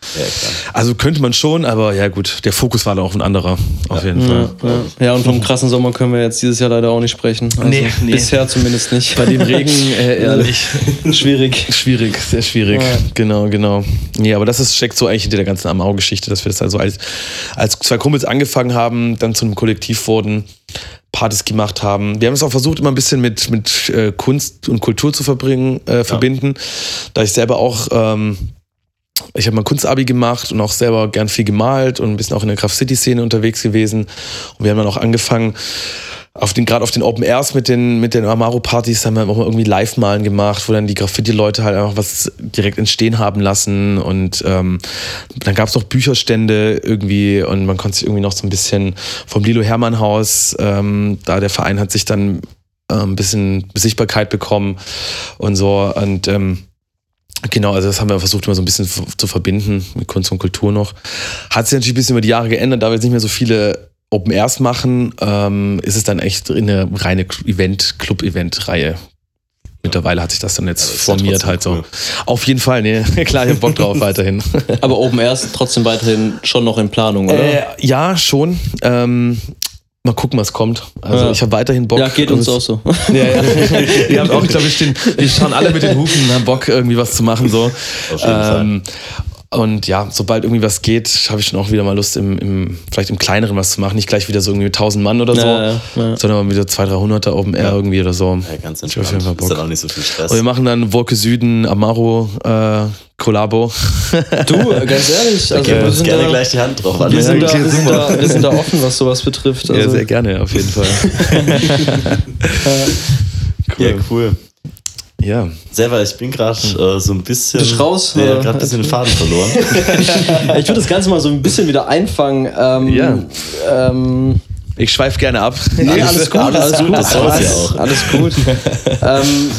Ja, klar. Also könnte man schon, aber ja gut, der Fokus war da auch ein anderer, auf jeden Fall. Ja, ja. ja, und vom krassen Sommer können wir jetzt dieses Jahr leider auch nicht sprechen. Also Nee, nee. Bisher zumindest nicht. Bei dem Regen äh, ehrlich. Schwierig. Schwierig, sehr schwierig. Ja. Genau, genau. Nee, aber das ist, steckt so eigentlich hinter der ganzen Amaro-Geschichte, dass wir das also als, als zwei Kumpels angefangen haben, dann zu einem Kollektiv wurden, Partys gemacht haben. Wir haben es auch versucht, immer ein bisschen mit, mit äh, Kunst und Kultur zu verbringen, äh, verbinden. Da ich selber auch, ähm, ich habe mal Kunstabi gemacht und auch selber gern viel gemalt und ein bisschen auch in der Graffiti-Szene unterwegs gewesen. Und wir haben dann auch angefangen, auf den, gerade auf den Open Airs mit den, mit den Amaro-Partys haben wir auch mal irgendwie Live-Malen gemacht, wo dann die Graffiti-Leute halt einfach was direkt entstehen haben lassen. Und ähm, dann gab es noch Bücherstände irgendwie und man konnte sich irgendwie noch so ein bisschen vom Lilo-Hermann-Haus, ähm, da der Verein hat sich dann äh, ein bisschen Sichtbarkeit bekommen und so. Und ähm, genau, also das haben wir versucht immer so ein bisschen zu verbinden mit Kunst und Kultur noch. Hat sich natürlich ein bisschen über die Jahre geändert, da wir jetzt nicht mehr so viele Open Airs machen, ähm, ist es dann echt eine reine Event, Club-Event-Reihe. Mittlerweile hat sich das dann jetzt Ja, das ist ja formiert trotzdem halt so. cool. Auf jeden Fall, ne, klar, ich hab Bock drauf weiterhin. Aber Open Air ist trotzdem weiterhin schon noch in Planung, oder? Äh, ja, schon. Ähm, mal gucken, was kommt. Also Ja. ich habe weiterhin Bock. Ja, geht uns auch so. Ja, ja. Wir haben auch, ich glaube, wir, stehen- wir schauen alle mit den Hufen und haben Bock, irgendwie was zu machen. So. Auf jeden Ähm, und ja, sobald irgendwie was geht, habe ich schon auch wieder mal Lust, im, im, vielleicht im Kleineren was zu machen. Nicht gleich wieder so irgendwie mit tausend Mann oder so, Ja, ja, ja. sondern mal wieder zweihundert, dreihunderter Open Air irgendwie oder so. Ja, ganz Ich hab auf jeden Fall entspannt. Bock. Ist dann auch nicht so viel Stress. Und wir machen dann Wolke Süden, Amaro, äh, Kollabo. Du, ganz ehrlich, Da also geben wir wir uns sind, gerne da, gleich die Hand drauf an. wir, sind da, Okay, wir, sind super. da, wir sind da offen, was sowas betrifft. Ja, Also, sehr gerne, auf jeden Fall. Ja, cool. Ja. Selber, ich bin gerade äh, so ein bisschen. Bist du raus, Ja, oder? gerade ein bisschen den Faden verloren. ich würde das Ganze mal so ein bisschen wieder einfangen. Ähm, Ja. Ähm, Ich schweife gerne ab. nee, alles gut, alles gut. das soll's ja alles, auch. alles gut. ähm,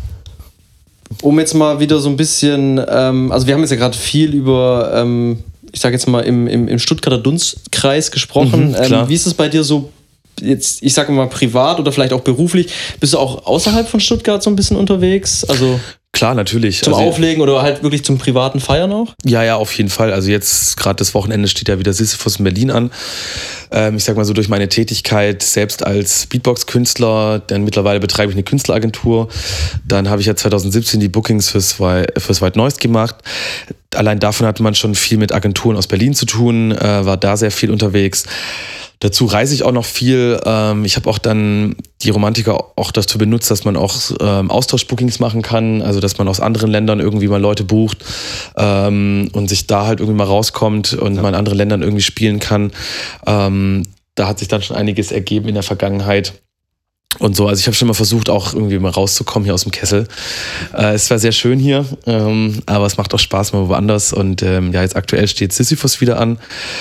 um jetzt mal wieder so ein bisschen, ähm, also wir haben jetzt ja gerade viel über, ähm, ich sage jetzt mal, im, im, im Stuttgarter Dunstkreis gesprochen. Mhm, ähm, klar. wie ist es bei dir so, jetzt, ich sage mal privat oder vielleicht auch beruflich? Bist du auch außerhalb von Stuttgart so ein bisschen unterwegs? Also Klar, natürlich. zum Also- Auflegen oder halt wirklich zum privaten Feiern auch? Ja, ja, auf jeden Fall. Also jetzt gerade das Wochenende steht ja wieder Sisyphus in Berlin an. Ähm, ich sag mal so, durch meine Tätigkeit selbst als Beatbox-Künstler, dann mittlerweile betreibe ich eine Künstleragentur. Dann habe ich ja zwanzig siebzehn die Bookings fürs, Whi- fürs White Noise gemacht. Allein davon hatte man schon viel mit Agenturen aus Berlin zu tun, äh, war da sehr viel unterwegs. Dazu reise ich auch noch viel. Ähm, ich habe auch dann die Romantiker auch dazu benutzt, dass man auch ähm, Austauschbookings machen kann, also dass man aus anderen Ländern irgendwie mal Leute bucht ähm, und sich da halt irgendwie mal rauskommt und mal in anderen Ländern irgendwie spielen kann. Ähm, da hat sich dann schon einiges ergeben in der Vergangenheit. Und so, also ich habe schon mal versucht, auch irgendwie mal rauszukommen hier aus dem Kessel. Äh, es war sehr schön hier, ähm, aber es macht auch Spaß mal woanders. Und ähm, ja, jetzt aktuell steht Sisyphus wieder an.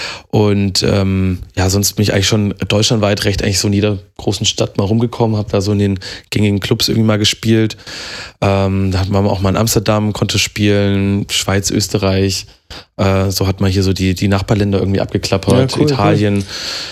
Und ähm, ja, sonst bin ich eigentlich schon deutschlandweit recht eigentlich so in jeder großen Stadt mal rumgekommen, habe da so in den gängigen Clubs irgendwie mal gespielt. Ähm, da hat man auch mal in Amsterdam, konnte spielen, Schweiz, Österreich. Äh, so hat man hier so die, die Nachbarländer irgendwie abgeklappert, Ja, cool, Italien.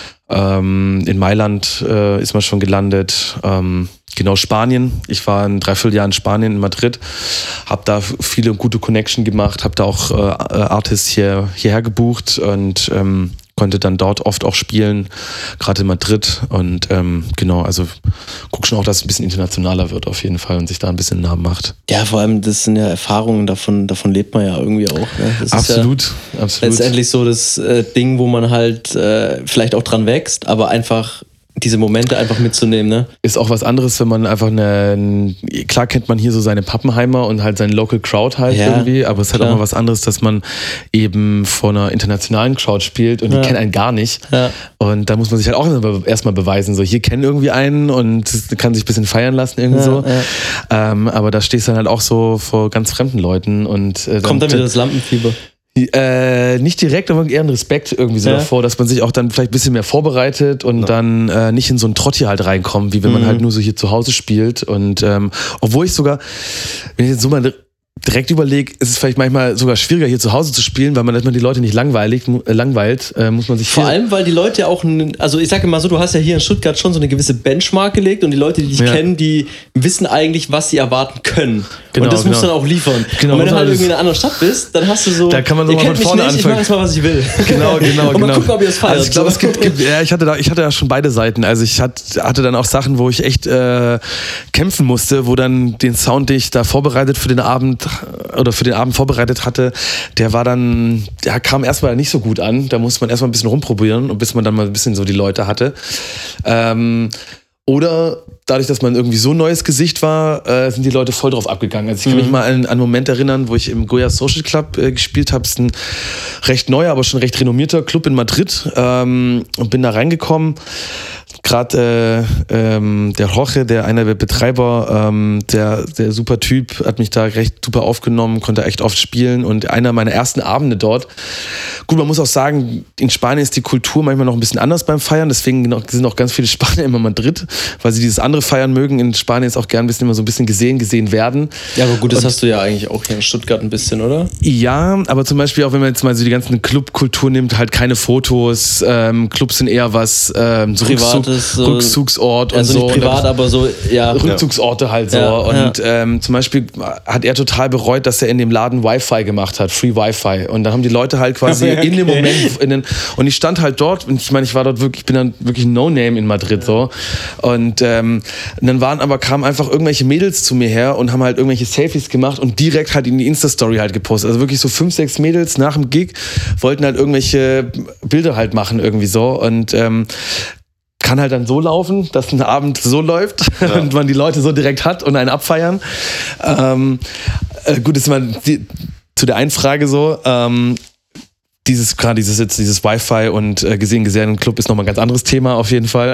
Ähm, in Mailand äh, ist man schon gelandet. Ähm, genau, Spanien. Ich war ein Dreivierteljahr in Spanien, in Madrid. Habe da viele gute Connection gemacht. Habe da auch äh, Artists hier, hierher gebucht und ähm, konnte dann dort oft auch spielen, gerade in Madrid. Und ähm, genau, also guck schon auch, dass es ein bisschen internationaler wird auf jeden Fall und sich da ein bisschen einen Namen macht. Ja, vor allem, das sind ja Erfahrungen, davon, davon lebt man ja irgendwie auch. Ne? Das Absolut, ist ja absolut. letztendlich so das äh, Ding, wo man halt äh, vielleicht auch dran wächst, aber einfach diese Momente einfach mitzunehmen, ne? Ist auch was anderes, wenn man einfach eine, klar kennt man hier so seine Pappenheimer und halt seine Local Crowd halt Ja, irgendwie, aber es ist halt klar. auch mal was anderes, dass man eben vor einer internationalen Crowd spielt und Ja. die kennen einen gar nicht. Ja. Und da muss man sich halt auch erstmal beweisen, so hier kennen irgendwie einen und kann sich ein bisschen feiern lassen irgendwie Ja, so. ja. Ähm, aber da stehst du dann halt auch so vor ganz fremden Leuten und äh, Kommt dann wieder das Lampenfieber. äh, nicht direkt, aber eher ein Respekt irgendwie so Ja. davor, dass man sich auch dann vielleicht ein bisschen mehr vorbereitet und dann äh, nicht in so einen Trott hier halt reinkommt, wie wenn man Mhm. halt nur so hier zu Hause spielt. Und ähm, obwohl ich sogar, wenn ich jetzt so mal direkt überlege, ist es vielleicht manchmal sogar schwieriger, hier zu Hause zu spielen, weil man, dass man die Leute nicht langweilig, äh, langweilt, äh, muss man sich Vor allem, weil die Leute ja auch, also ich sage mal so, du hast ja hier in Stuttgart schon so eine gewisse Benchmark gelegt und die Leute, die dich ja. kennen, die wissen eigentlich, was sie erwarten können. Genau, und das genau. musst du dann auch liefern. Genau, und wenn du halt das- irgendwie in einer anderen Stadt bist, dann hast du so, Da kann man so ihr mal kennt von mich vorne nicht, ich anfangen. mache jetzt mal, was ich will. Genau, genau, und genau. mal gucken, ob ihr es feiert. Also ich glaube, so. es gibt, gibt ja, ich hatte da, ich hatte ja schon beide Seiten. Also ich hatte, hatte dann auch Sachen, wo ich echt äh, kämpfen musste, wo dann den Sound, den ich da vorbereitet für den Abend oder für den Abend vorbereitet hatte, der war dann, der kam erstmal nicht so gut an. Da musste man erstmal ein bisschen rumprobieren und bis man dann mal ein bisschen so die Leute hatte. Ähm, Oder dadurch, dass man irgendwie so ein neues Gesicht war, äh, sind die Leute voll drauf abgegangen. Also ich kann Mhm. mich mal an, an einen Moment erinnern, wo ich im Goya Social Club äh, gespielt habe. Es ist ein recht neuer, aber schon recht renommierter Club in Madrid. Ähm, und bin da reingekommen. Gerade äh, ähm, der Jorge, der einer der Betreiber, ähm, der, der super Typ, hat mich da recht super aufgenommen, konnte echt oft spielen und einer meiner ersten Abende dort. Gut, man muss auch sagen, in Spanien ist die Kultur manchmal noch ein bisschen anders beim Feiern, deswegen sind auch ganz viele Spanier immer in Madrid, weil sie dieses andere Feiern mögen. In Spanien ist auch gern ein bisschen immer so ein bisschen gesehen, gesehen werden. Ja, aber gut, das Und- hast du ja eigentlich auch hier in Stuttgart ein bisschen, oder? Ja, aber zum Beispiel auch wenn man jetzt mal so die ganzen Clubkultur nimmt, halt keine Fotos, ähm, Clubs sind eher was ähm, so Privates, Rückzug, so- Rückzugsort und Also so. nicht Und privat, da- aber so, ja. Rückzugsorte halt so. Ja, und Ähm, zum Beispiel hat er total bereut, dass er in dem Laden Wi-Fi gemacht hat, Free Wi-Fi. Und da haben die Leute halt quasi Okay. in dem Moment, in den, und ich stand halt dort und ich meine, ich war dort wirklich, ich bin dann wirklich ein No-Name in Madrid so. Und, ähm, und dann waren aber, kamen einfach irgendwelche Mädels zu mir her und haben halt irgendwelche Selfies gemacht und direkt halt in die Insta-Story halt gepostet. Also wirklich so fünf, sechs Mädels nach dem Gig wollten halt irgendwelche Bilder halt machen irgendwie so. Und ähm, kann halt dann so laufen, dass ein Abend so läuft Ja. und man die Leute so direkt hat und einen abfeiern. Ähm, äh, gut, ist man die, zu der einen Frage so, ähm, dieses gerade dieses jetzt dieses Wi-Fi und äh, gesehen gesehen Club ist nochmal ein ganz anderes Thema auf jeden Fall.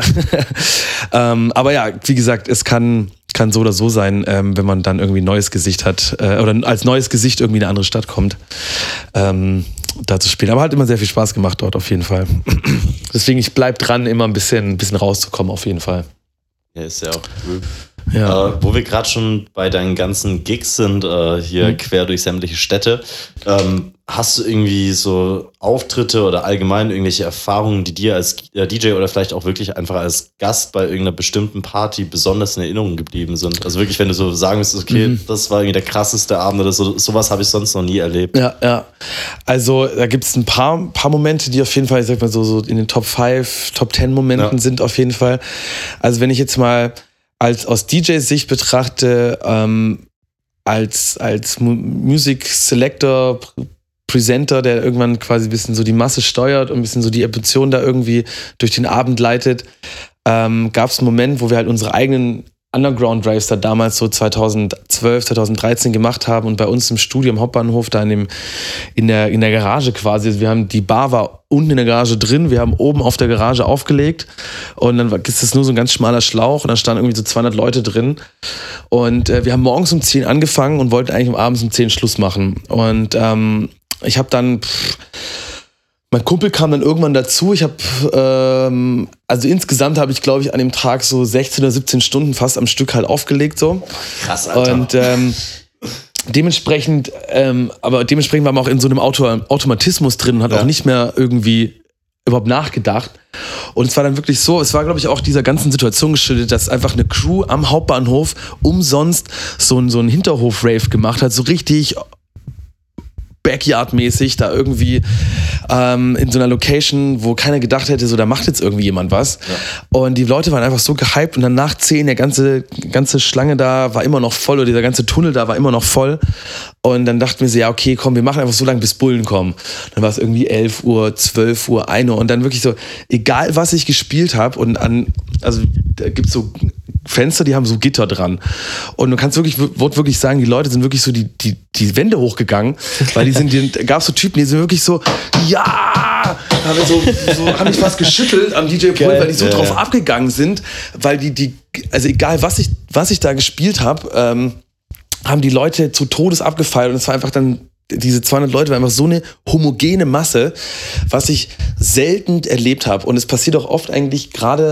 ähm, aber ja, wie gesagt, es kann kann so oder so sein, ähm, wenn man dann irgendwie ein neues Gesicht hat äh, oder als neues Gesicht irgendwie in eine andere Stadt kommt, ähm, da zu spielen. Aber hat immer sehr viel Spaß gemacht dort auf jeden Fall. Deswegen, ich bleib dran, immer ein bisschen, ein bisschen rauszukommen auf jeden Fall. Ja, ist ja auch cool. Ja. Äh, wo wir gerade schon bei deinen ganzen Gigs sind, äh, hier Mhm. quer durch sämtliche Städte, ähm, hast du irgendwie so Auftritte oder allgemein irgendwelche Erfahrungen, die dir als äh, D J oder vielleicht auch wirklich einfach als Gast bei irgendeiner bestimmten Party besonders in Erinnerung geblieben sind? Also wirklich, wenn du so sagen müsstest, okay, Mhm. das war irgendwie der krasseste Abend oder so, sowas habe ich sonst noch nie erlebt. Ja, ja. Also da gibt es ein paar, paar Momente, die auf jeden Fall, ich sag mal so, so in den Top fünf, Top zehn Momenten Ja. sind auf jeden Fall. Also wenn ich jetzt mal als aus D J-Sicht betrachte, ähm, als, als Mu- Music Selector, Pr- Presenter, der irgendwann quasi ein bisschen so die Masse steuert und ein bisschen so die Emotionen da irgendwie durch den Abend leitet, ähm, gab es einen Moment, wo wir halt unsere eigenen Underground Drives da damals so zweitausendzwölf, zweitausenddreizehn gemacht haben und bei uns im Studio am Hauptbahnhof da in, dem, in, der, in der Garage quasi, also wir haben, die Bar war unten in der Garage drin, wir haben oben auf der Garage aufgelegt und dann ist das nur so ein ganz schmaler Schlauch und da standen irgendwie so zweihundert Leute drin und äh, wir haben morgens um zehn angefangen und wollten eigentlich um abends um zehn Schluss machen und ähm, ich habe dann pff, mein Kumpel kam dann irgendwann dazu. Ich habe, ähm, also insgesamt habe ich, glaube ich, an dem Tag so sechzehn oder siebzehn Stunden fast am Stück halt aufgelegt so. Krass, Alter. Und ähm, dementsprechend, ähm, aber dementsprechend war man auch in so einem Auto Automatismus drin und hat Ja. auch nicht mehr irgendwie überhaupt nachgedacht. Und es war dann wirklich so, es war, glaube ich, auch dieser ganzen Situation geschuldet, dass einfach eine Crew am Hauptbahnhof umsonst so, ein- so einen Hinterhof-Rave gemacht hat, so richtig Backyard-mäßig, da irgendwie ähm, in so einer Location, wo keiner gedacht hätte, so da macht jetzt irgendwie jemand was. Ja. Und die Leute waren einfach so gehypt und dann nach zehn, der ganze, ganze Schlange da war immer noch voll oder dieser ganze Tunnel da war immer noch voll. Und dann dachten wir so, ja okay, komm, wir machen einfach so lange, bis Bullen kommen. Dann war es irgendwie elf Uhr, zwölf Uhr, ein Uhr und dann wirklich so, egal was ich gespielt habe und an, also da gibt's so Fenster, die haben so Gitter dran. Und du kannst wirklich, wollt wirklich sagen, die Leute sind wirklich so die, die, die Wände hochgegangen, weil die sind, die, da gab es so Typen, die sind wirklich so, ja, haben, so, so, haben mich fast geschüttelt am D J-Pult, weil die so Ja, drauf ja. abgegangen sind, weil die, die, also egal was ich, was ich da gespielt habe, ähm, haben die Leute zu Todes abgefeiert und es war einfach dann, diese zweihundert Leute war einfach so eine homogene Masse, was ich selten erlebt habe. Und es passiert auch oft eigentlich gerade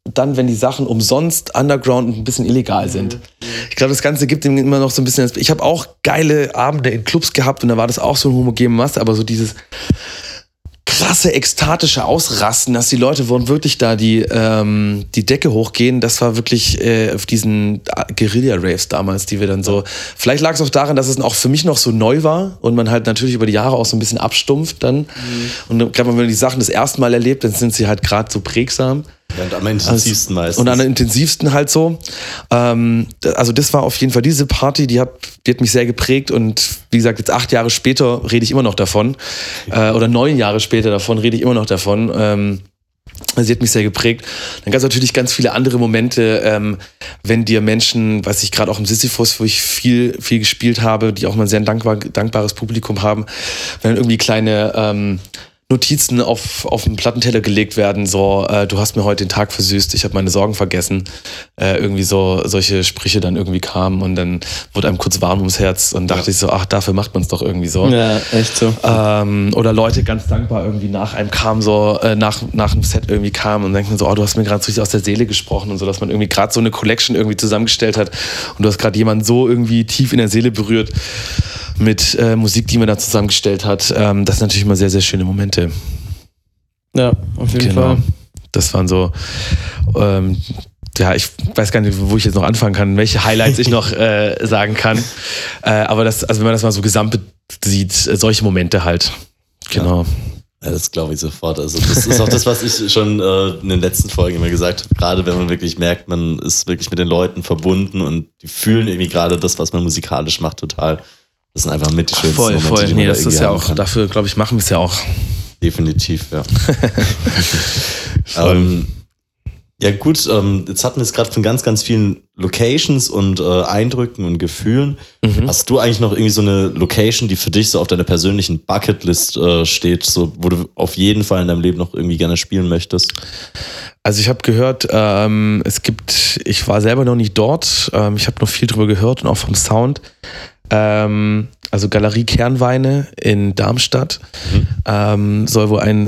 dann, wenn die Sachen umsonst, underground und ein bisschen illegal sind. Ich glaube, das Ganze gibt ihm immer noch so ein bisschen... Ich habe auch geile Abende in Clubs gehabt und da war das auch so eine homogene Masse, aber so dieses krasse, ekstatische Ausrasten, dass die Leute wollen wirklich da die, ähm, die Decke hochgehen, das war wirklich äh, auf diesen Guerilla-Raves damals, die wir dann so... Vielleicht lag es auch daran, dass es auch für mich noch so neu war und man halt natürlich über die Jahre auch so ein bisschen abstumpft dann. Mhm. Und gerade wenn man die Sachen das erste Mal erlebt, dann sind sie halt gerade so prägsam. Ja, und am intensivsten meistens. Und am intensivsten halt so. Ähm, also das war auf jeden Fall diese Party, die hat, die hat mich sehr geprägt und wie gesagt, jetzt acht Jahre später rede ich immer noch davon. Äh, oder neun Jahre später davon rede ich immer noch davon. Ähm, sie hat mich sehr geprägt. Dann gab es natürlich ganz viele andere Momente, ähm, wenn dir Menschen, weiß ich gerade auch im Sisyphus, wo ich viel, viel gespielt habe, die auch mal ein sehr dankbar, dankbares Publikum haben, wenn irgendwie kleine... Ähm, Notizen auf, auf den Plattenteller gelegt werden, so, äh, du hast mir heute den Tag versüßt, ich habe meine Sorgen vergessen. Äh, irgendwie so solche Sprüche dann irgendwie kamen und dann wurde einem kurz warm ums Herz und dachte ja. ich so, ach, dafür macht man es doch irgendwie so. Ja, echt so. Ähm, oder Leute ganz dankbar irgendwie nach einem kamen, so, äh, nach, nach einem Set irgendwie kamen und denken so, oh, du hast mir gerade so richtig aus der Seele gesprochen und so, dass man irgendwie gerade so eine Collection irgendwie zusammengestellt hat und du hast gerade jemanden so irgendwie tief in der Seele berührt mit äh, Musik, die man da zusammengestellt hat. Ähm, das sind natürlich immer sehr, sehr schöne Momente. Ja, auf jeden genau. Fall. Das waren so, ähm, ja, ich weiß gar nicht, wo ich jetzt noch anfangen kann, welche Highlights ich noch äh, sagen kann. Äh, aber das, also wenn man das mal so gesamt sieht, äh, solche Momente halt. Genau. Ja. Ja, das glaube ich sofort. Also das ist auch das, was ich schon äh, in den letzten Folgen immer gesagt habe. Gerade wenn man wirklich merkt, man ist wirklich mit den Leuten verbunden und die fühlen irgendwie gerade das, was man musikalisch macht, total. Das sind einfach mit die schönsten voll, Momente, voll. die man Nee, da das ist ja auch, kann. dafür, glaube ich, machen wir es ja auch. Definitiv, ja. ähm, ja gut, ähm, jetzt hatten wir es gerade von ganz, ganz vielen Locations und äh, Eindrücken und Gefühlen. Mhm. Hast du eigentlich noch irgendwie so eine Location, die für dich so auf deiner persönlichen Bucketlist äh, steht, so, wo du auf jeden Fall in deinem Leben noch irgendwie gerne spielen möchtest? Also ich habe gehört, ähm, es gibt, ich war selber noch nicht dort, ähm, ich habe noch viel drüber gehört und auch vom Sound. Ähm, also Galerie Kernweine in Darmstadt mhm. ähm, soll wohl ein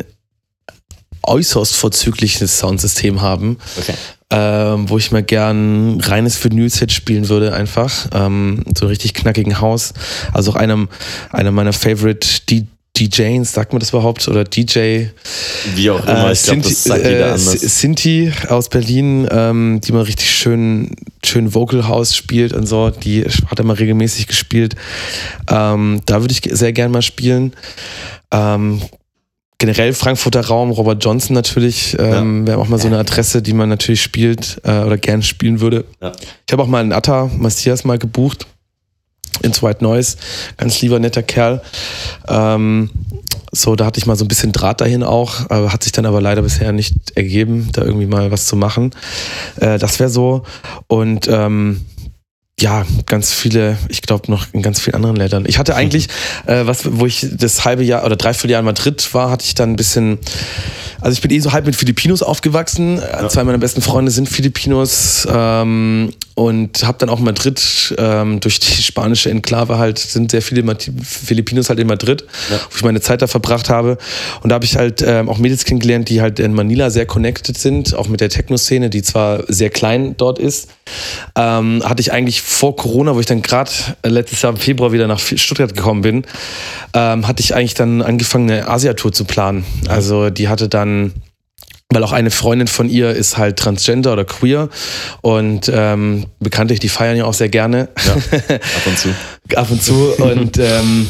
äußerst vorzügliches Soundsystem haben, okay. ähm, wo ich mal gern reines Vinyl-Set spielen würde einfach, ähm, so einen richtig knackigen Haus. Also auch einem, einer meiner Favorite D Js, sagt man das überhaupt, oder D J? Wie auch immer, äh, ich glaube, das sagt jeder äh, anders. Sinti aus Berlin, ähm, die mal richtig schön, schön Vocal House spielt und so, die hat er mal regelmäßig gespielt. Ähm, da würde ich sehr gern mal spielen. Ähm, generell Frankfurter Raum, Robert Johnson natürlich, ähm, ja. wäre auch mal so eine Adresse, die man natürlich spielt äh, oder gern spielen würde. Ja. Ich habe auch mal einen Atta Matthias mal gebucht. Ins White Noise, ganz lieber, netter Kerl. Ähm, so, da hatte ich mal so ein bisschen Draht dahin auch, äh, hat sich dann aber leider bisher nicht ergeben, da irgendwie mal was zu machen. Äh, das wäre so. Und ähm, ja, ganz viele, ich glaube noch in ganz vielen anderen Ländern. Ich hatte eigentlich, äh, was, wo ich das halbe Jahr oder dreiviertel Jahr in Madrid war, hatte ich dann ein bisschen, also ich bin eh so halb mit Filipinos aufgewachsen. Ja. Zwei meiner besten Freunde sind Filipinos ähm, und habe dann auch in Madrid ähm, durch die spanische Enklave halt, sind sehr viele Filipinos halt in Madrid, ja. wo ich meine Zeit da verbracht habe. Und da habe ich halt ähm, auch Mädels kennengelernt, die halt in Manila sehr connected sind, auch mit der Techno-Szene, die zwar sehr klein dort ist. Ähm, hatte ich eigentlich vor Corona, wo ich dann gerade letztes Jahr im Februar wieder nach Stuttgart gekommen bin, ähm, hatte ich eigentlich dann angefangen, eine Asia-Tour zu planen. Also die hatte dann, weil auch eine Freundin von ihr ist halt transgender oder queer und ähm, bekanntlich, die feiern ja auch sehr gerne. Ja, ab und zu. ab und zu und ähm,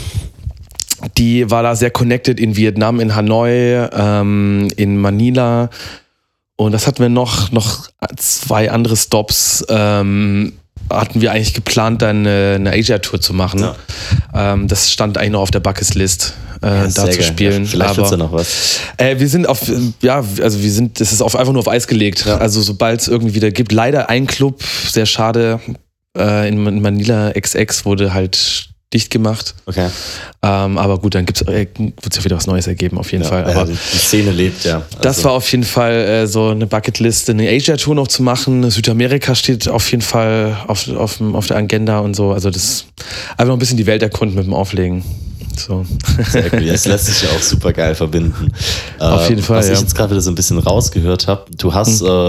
die war da sehr connected in Vietnam, in Hanoi, ähm, in Manila. Und das hatten wir noch, noch zwei andere Stops, ähm, hatten wir eigentlich geplant, dann eine, eine Asia-Tour zu machen. Ja. Ähm, das stand eigentlich noch auf der Bucketlist, äh, ja, da zu spielen. Ja, vielleicht wird's ja noch was. Äh, wir sind auf, ja, also wir sind, das ist auf, einfach nur auf Eis gelegt. Ja. Also sobald es irgendwie wieder gibt. Leider ein Club, sehr schade, äh, in Manila X X wurde halt dicht gemacht. Okay. Ähm, aber gut, dann gibt's, äh, wird es ja wieder was Neues ergeben, auf jeden ja, Fall. Aber ja, die Szene lebt ja. Also das war auf jeden Fall äh, so eine Bucketliste, eine Asia-Tour noch zu machen. Südamerika steht auf jeden Fall auf, auf, auf der Agenda und so. Also das einfach noch ein bisschen die Welt erkunden mit dem Auflegen. So. Sehr cool. Das lässt sich ja auch super geil verbinden. Auf jeden äh, Fall. Was ja. ich jetzt gerade wieder so ein bisschen rausgehört habe, du hast mhm. äh,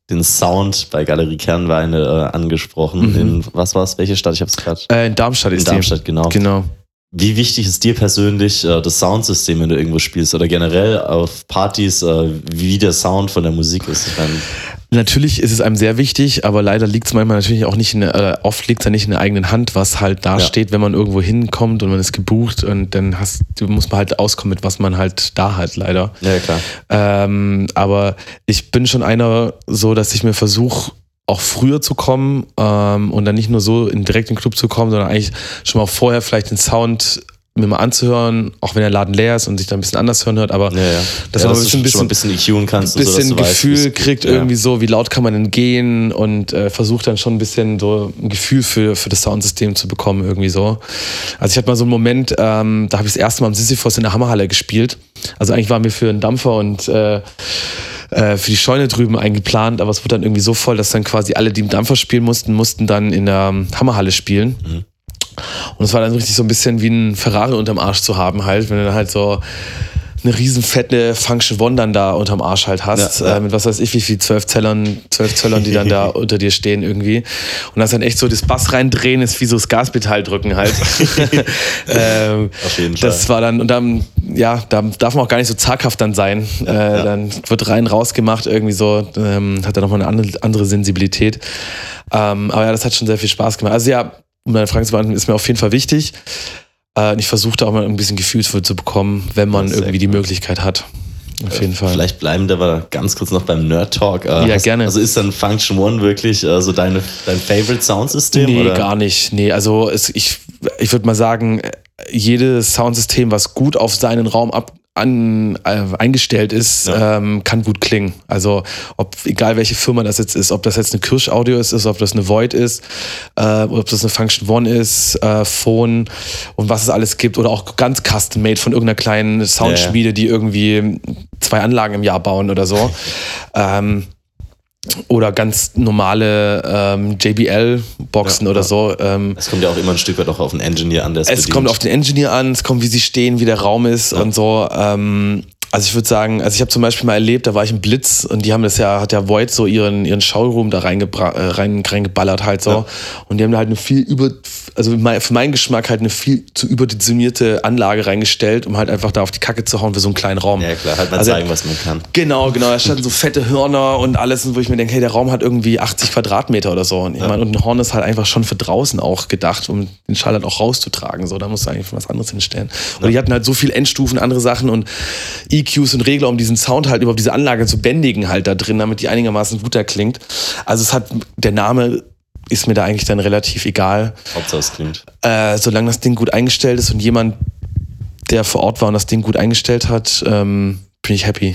den Sound bei Galerie Kernweine äh, angesprochen. Mhm. In, was war es? Welche Stadt? Ich habe es gerade. Äh, in Darmstadt In ist Darmstadt, genau. die. Genau. Wie wichtig ist dir persönlich äh, das Soundsystem, wenn du irgendwo spielst oder generell auf Partys, äh, wie der Sound von der Musik ist? Ich mein, Natürlich ist es einem sehr wichtig, aber leider liegt es manchmal natürlich auch nicht in der, äh, oft liegt es ja nicht in der eigenen Hand, was halt da Ja. steht, wenn man irgendwo hinkommt und man ist gebucht und dann hast, muss man halt auskommen mit was man halt da hat, leider. ja, klar. Ähm, aber ich bin schon einer so, dass ich mir versuche, auch früher zu kommen ähm, und dann nicht nur so in, direkt in den Club zu kommen, sondern eigentlich schon mal vorher vielleicht den Sound mir mal anzuhören, auch wenn der Laden leer ist und sich dann ein bisschen anders hören hört, aber Ja, ja. dass ja, man dass ein du bisschen, schon mal ein bisschen E Qen kannst ein und so, dass bisschen du weißt, Gefühl wie es- kriegt, ja. irgendwie so, wie laut kann man denn gehen und äh, versucht dann schon ein bisschen so ein Gefühl für, für das Soundsystem zu bekommen, irgendwie so. Also ich hatte mal so einen Moment, ähm, da habe ich das erste Mal am Sisyphos in der Hammerhalle gespielt. Also eigentlich waren wir für einen Dampfer und äh, äh, für die Scheune drüben eingeplant, aber es wurde dann irgendwie so voll, dass dann quasi alle, die im Dampfer spielen mussten, mussten dann in der Hammerhalle spielen. Mhm. Und es war dann richtig so ein bisschen wie ein Ferrari unterm Arsch zu haben halt, wenn du dann halt so eine riesen fette Function One dann da unterm Arsch halt hast, Ja, ja. Äh, mit was weiß ich wie viel, zwölf Zöllern, zwölf Zöllern, die dann da unter dir stehen irgendwie. Und das dann echt so, das Bass reindrehen ist wie so das Gaspedal drücken halt. ähm, Auf jeden Fall. das war dann, und dann, ja, da darf man auch gar nicht so zaghaft dann sein. Äh, ja. Dann wird rein rausgemacht irgendwie so, ähm, hat dann nochmal eine andere, andere Sensibilität. Ähm, aber ja, das hat schon sehr viel Spaß gemacht. Also ja, um deine Frage zu beantworten, ist mir auf jeden Fall wichtig. Äh, und ich versuche da auch mal ein bisschen Gefühlsvoll zu bekommen, wenn man Ja, sehr irgendwie die cool. Möglichkeit hat. Auf jeden Fall. Vielleicht bleiben wir aber ganz kurz noch beim Nerd Talk. Äh, Ja, hast, gerne. Also ist dann Function One wirklich äh, so deine, dein Favorite Soundsystem? Nee, oder? gar nicht. Nee, also es, ich, ich würde mal sagen, jedes Soundsystem, was gut auf seinen Raum ab, an, äh, eingestellt ist, Ja. ähm, kann gut klingen. Also ob, egal welche Firma das jetzt ist, ob das jetzt eine Kirsch Audio ist, ist ob das eine Void ist, äh, ob das eine Function One ist, äh, Phone und was es alles gibt oder auch ganz custom-made von irgendeiner kleinen Soundschmiede, die irgendwie zwei Anlagen im Jahr bauen oder so. ähm, Oder ganz normale ähm, J B L-Boxen Ja, oder ja. so. Ähm, Es kommt ja auch immer ein Stück weit auch auf den Engineer an, der es bedient. kommt auf den Engineer an, es kommt, wie sie stehen, wie der Raum ist Ja. und so. Ähm, also ich würde sagen, also ich habe zum Beispiel mal erlebt, da war ich im Blitz und die haben das ja, hat ja Void so ihren, ihren Showroom da reingebra- äh, rein, reingeballert halt so. Ja. Und die haben da halt eine viel über, also für meinen Geschmack halt eine viel zu überdimensionierte Anlage reingestellt, um halt einfach da auf die Kacke zu hauen für so einen kleinen Raum. Ja klar, halt mal Also- zeigen, was man kann. Genau, genau. Da standen so fette Hörner und alles, wo ich mir denke, hey, der Raum hat irgendwie achtzig Quadratmeter oder so. Und ich Ja. meine, und ein Horn ist halt einfach schon für draußen auch gedacht, um den Schall halt auch rauszutragen. So, da musst du eigentlich was anderes hinstellen. Und die hatten halt so viel Endstufen, andere Sachen und E Qs und Regler, um diesen Sound halt über diese Anlage zu bändigen halt da drin, damit die einigermaßen gut da klingt. Also es hat, der Name ist mir da eigentlich dann relativ egal. Hauptsache es klingt. Äh, solange das Ding gut eingestellt ist und jemand, der vor Ort war und das Ding gut eingestellt hat, ähm, bin ich happy.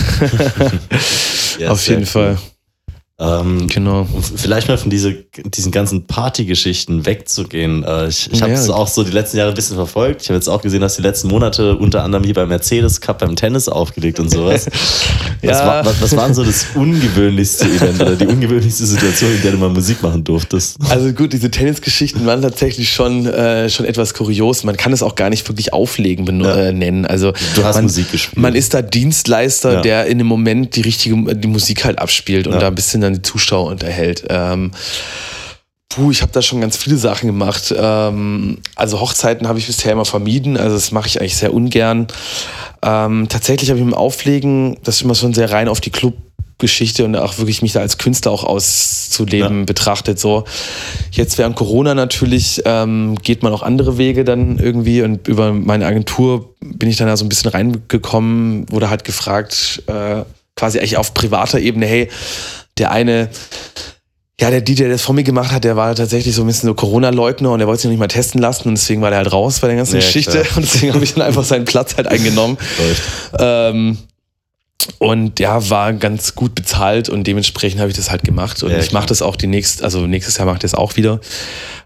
Ja, Auf sehr jeden cool. Fall. Ähm, Genau. Um vielleicht mal von diese, diesen ganzen Partygeschichten wegzugehen. Äh, ich ich habe es Ja. auch so die letzten Jahre ein bisschen verfolgt. Ich habe jetzt auch gesehen, dass die letzten Monate unter anderem hier beim Mercedes Cup beim Tennis aufgelegt und sowas. Ja. was, war, was, was war denn so das ungewöhnlichste Event oder die ungewöhnlichste Situation, in der du mal Musik machen durftest? Also gut, diese Tennisgeschichten waren tatsächlich schon, äh, schon etwas kurios. Man kann es auch gar nicht wirklich auflegen beno- Ja. äh, nennen. Also Du hast man, Musik gespielt. Man ist da Dienstleister, Ja. der in dem Moment die richtige die Musik halt abspielt und Ja. da ein bisschen dann die Zuschauer unterhält. Ähm, Puh, ich habe da schon ganz viele Sachen gemacht. Ähm, also Hochzeiten habe ich bisher immer vermieden, also das mache ich eigentlich sehr ungern. Ähm, tatsächlich habe ich im Auflegen, das ist immer schon sehr rein auf die Clubgeschichte und auch wirklich mich da als Künstler auch auszuleben Ja. betrachtet. So. Jetzt während Corona natürlich ähm, geht man auch andere Wege dann irgendwie und über meine Agentur bin ich dann da so ein bisschen reingekommen, wurde halt gefragt, äh, quasi eigentlich auf privater Ebene, hey, der eine Ja, der D J, der das vor mir gemacht hat, der war tatsächlich so ein bisschen so Corona-Leugner und der wollte sich noch nicht mal testen lassen und deswegen war der halt raus bei der ganzen Ja, Geschichte klar. und deswegen habe ich dann einfach seinen Platz halt eingenommen. Läuft. Ähm, und ja, war ganz gut bezahlt und dementsprechend habe ich das halt gemacht und Ja, ich klar. mache das auch die nächst, also nächstes Jahr mache ich das auch wieder.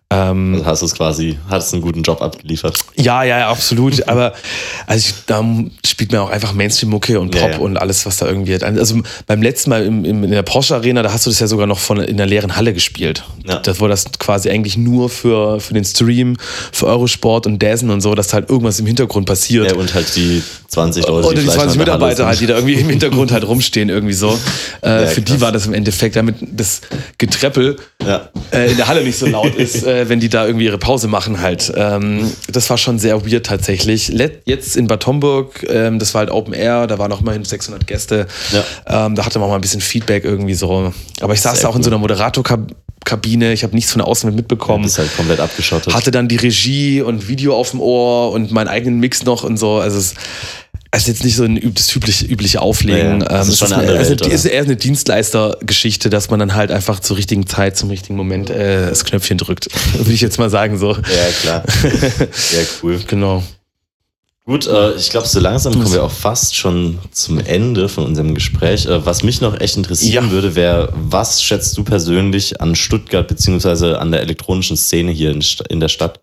Ähm, also hast du es quasi, hattest einen guten Job abgeliefert. Ja, ja, ja, absolut. Aber also ich, da spielt man auch einfach Mainstream-Mucke und Pop ja, ja. und alles, was da irgendwie hat. Also beim letzten Mal im, im, in der Porsche Arena, da hast du das ja sogar noch von, in der leeren Halle gespielt. Ja. Das war das quasi eigentlich nur für, für den Stream, für Eurosport und Dazen und so, dass da halt irgendwas im Hintergrund passiert. Ja, und halt die zwanzig Leute, Oder die, die zwanzig Mitarbeiter halt, die da irgendwie im Hintergrund halt rumstehen, irgendwie so. Äh, ja, für krass. die war das im Endeffekt, damit das Getreppel ja. äh, in der Halle nicht so laut ist, äh, wenn die da irgendwie ihre Pause machen halt. Ähm, das war schon sehr weird tatsächlich. Let, jetzt in Bad Homburg, ähm, das war halt Open Air, da waren auch immerhin sechshundert Gäste. Ja. Ähm, da hatte man auch mal ein bisschen Feedback irgendwie so. Aber ich saß Sehr da auch in cool. so einer Moderatorkabine, ich habe nichts von der Außenwelt mitbekommen. Das ist halt komplett abgeschottet. Hatte dann die Regie und Video auf dem Ohr und meinen eigenen Mix noch und so. Also es Es ist jetzt nicht so ein üb- das übliche, übliche Auflegen. Ja, ja. Das Ähm, ist schon es eine andere also Welt, es ist oder? eher eine Dienstleistergeschichte, dass man dann halt einfach zur richtigen Zeit, zum richtigen Moment äh, das Knöpfchen drückt. Würde ich jetzt mal sagen so. Ja, klar. Ja, cool. Genau. Gut, äh, ich glaube, so langsam kommen wir auch fast schon zum Ende von unserem Gespräch. Äh, was mich noch echt interessieren Ja. würde, wäre, was schätzt du persönlich an Stuttgart beziehungsweise an der elektronischen Szene hier in, St- in der Stadt?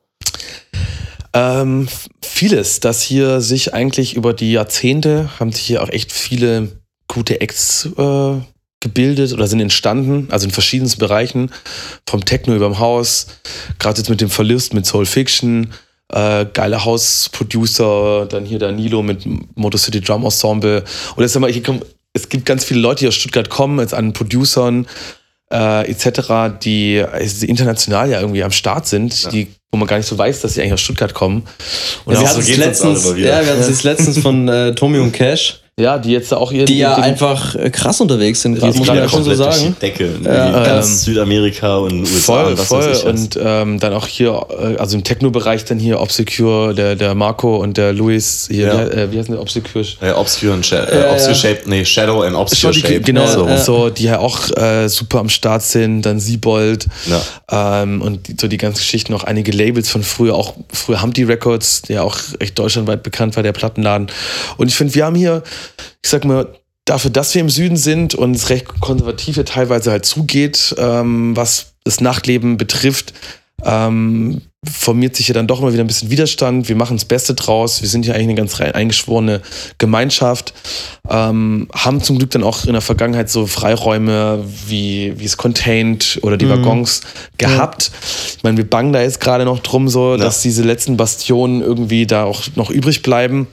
Ähm, vieles, dass hier sich eigentlich über die Jahrzehnte haben sich hier auch echt viele gute Acts äh, gebildet oder sind entstanden, also in verschiedensten Bereichen, vom Techno überm Haus, gerade jetzt mit dem Verlust, mit Soul Fiction, äh, geile House-Producer, dann hier der Nilo mit Motor City Drum Ensemble. Und jetzt mal, hier kommen, es gibt ganz viele Leute, die aus Stuttgart kommen, jetzt an Producern, äh, et cetera, die also international ja irgendwie am Start sind, Ja. die, wo man gar nicht so weiß, dass sie eigentlich aus Stuttgart kommen. Und Ja, auch wir so hatten es geht's uns letztens, auch immer wieder. ja, wir hatten es letztens von äh, Tommy und Cash, ja, die jetzt auch hier die ja den- einfach äh, krass unterwegs sind, Die muss jetzt man gerade ja schon so Komplett durch sagen. die Decke. Ja, ganz ähm, Südamerika und U S A Voll, und was voll. weiß ich was. Und ähm, dann auch hier, äh, also im Techno-Bereich dann hier Obscure, der, der Marco und der Luis, hier, Ja. wie, äh, wie heißt denn der Obscure? Ja, Obscure und Sha- Ja, äh, Obscure ja. Shape, nee, Shadow and Obscure Schon die, Shape. genau, So. Ja. so, die ja auch äh, super am Start sind, dann Siebold Ja. ähm, und die, so die ganzen Geschichten, auch einige Labels von früher, auch früher Humpty Records, der auch echt deutschlandweit bekannt war, der Plattenladen. Und ich finde, wir haben hier, ich sag mal, dafür, dass wir im Süden sind und es recht konservativ hier teilweise halt zugeht, ähm, was das Nachtleben betrifft, ähm, formiert sich hier dann doch immer wieder ein bisschen Widerstand. Wir machen das Beste draus. Wir sind hier eigentlich eine ganz rein eingeschworene Gemeinschaft. Ähm, haben zum Glück dann auch in der Vergangenheit so Freiräume wie, wie es Contained oder die Mhm. Waggons gehabt. Ich meine, wir bangen da jetzt gerade noch drum, so, Ja. dass diese letzten Bastionen irgendwie da auch noch übrig bleiben.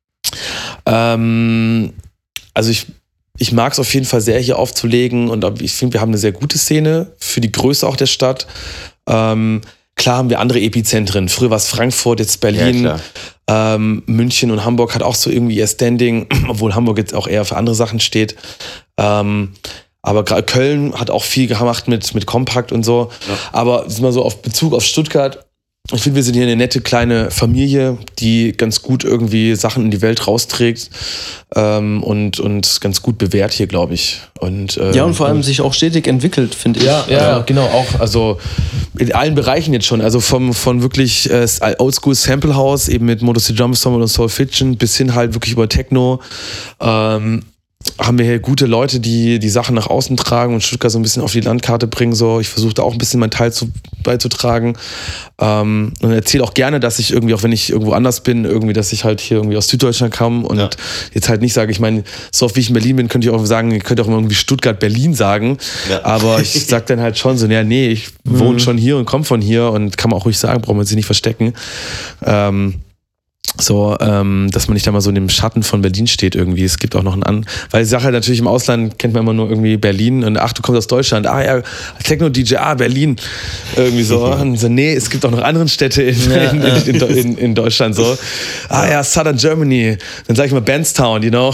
Ähm, also ich, ich mag es auf jeden Fall sehr, hier aufzulegen und ich finde, wir haben eine sehr gute Szene für die Größe auch der Stadt. Ähm, klar haben wir andere Epizentren. Früher war es Frankfurt, jetzt Berlin. Ja, klar. Ähm, München und Hamburg hat auch so irgendwie ihr Standing, obwohl Hamburg jetzt auch eher für andere Sachen steht. Ähm, aber gerade Köln hat auch viel gemacht mit, mit Kompakt und so. Ja. Aber ist mal so auf Bezug auf Stuttgart. Ich finde, wir sind hier eine nette kleine Familie, die ganz gut irgendwie Sachen in die Welt rausträgt ähm, und, und ganz gut bewährt hier, glaube ich. Und, ähm, Ja, und vor allem sich auch stetig entwickelt, finde ich. ja, ja, genau, auch, also in allen Bereichen jetzt schon, also vom, von wirklich äh, Oldschool Sample House, eben mit Motor City Drum Ensemble und Soul Fiction, bis hin halt wirklich über Techno, ähm, haben wir hier gute Leute, die die Sachen nach außen tragen und Stuttgart so ein bisschen auf die Landkarte bringen. So, ich versuche da auch ein bisschen meinen Teil zu, beizutragen. Ähm, und erzähle auch gerne, dass ich irgendwie, auch wenn ich irgendwo anders bin, irgendwie, dass ich halt hier irgendwie aus Süddeutschland kam und Ja. jetzt halt nicht sage, ich meine, so oft wie ich in Berlin bin, könnte ich auch sagen, ihr könnt auch immer irgendwie Stuttgart-Berlin sagen. Ja. Aber ich sag dann halt schon so, ja, nee, ich wohne schon hier und komme von hier und kann man auch ruhig sagen, braucht man sich nicht verstecken. Ähm, So, ähm, dass man nicht da mal so in dem Schatten von Berlin steht irgendwie. Es gibt auch noch einen an, weil die Sache halt natürlich im Ausland kennt man immer nur irgendwie Berlin und ach, du kommst aus Deutschland, ah ja, Techno-D J, ah, Berlin. Irgendwie so. Und so, nee, es gibt auch noch andere Städte in, Ja, in, ja. in, in, in Deutschland so. Ah ja, Southern Germany. Dann sag ich mal Bandstown, you know.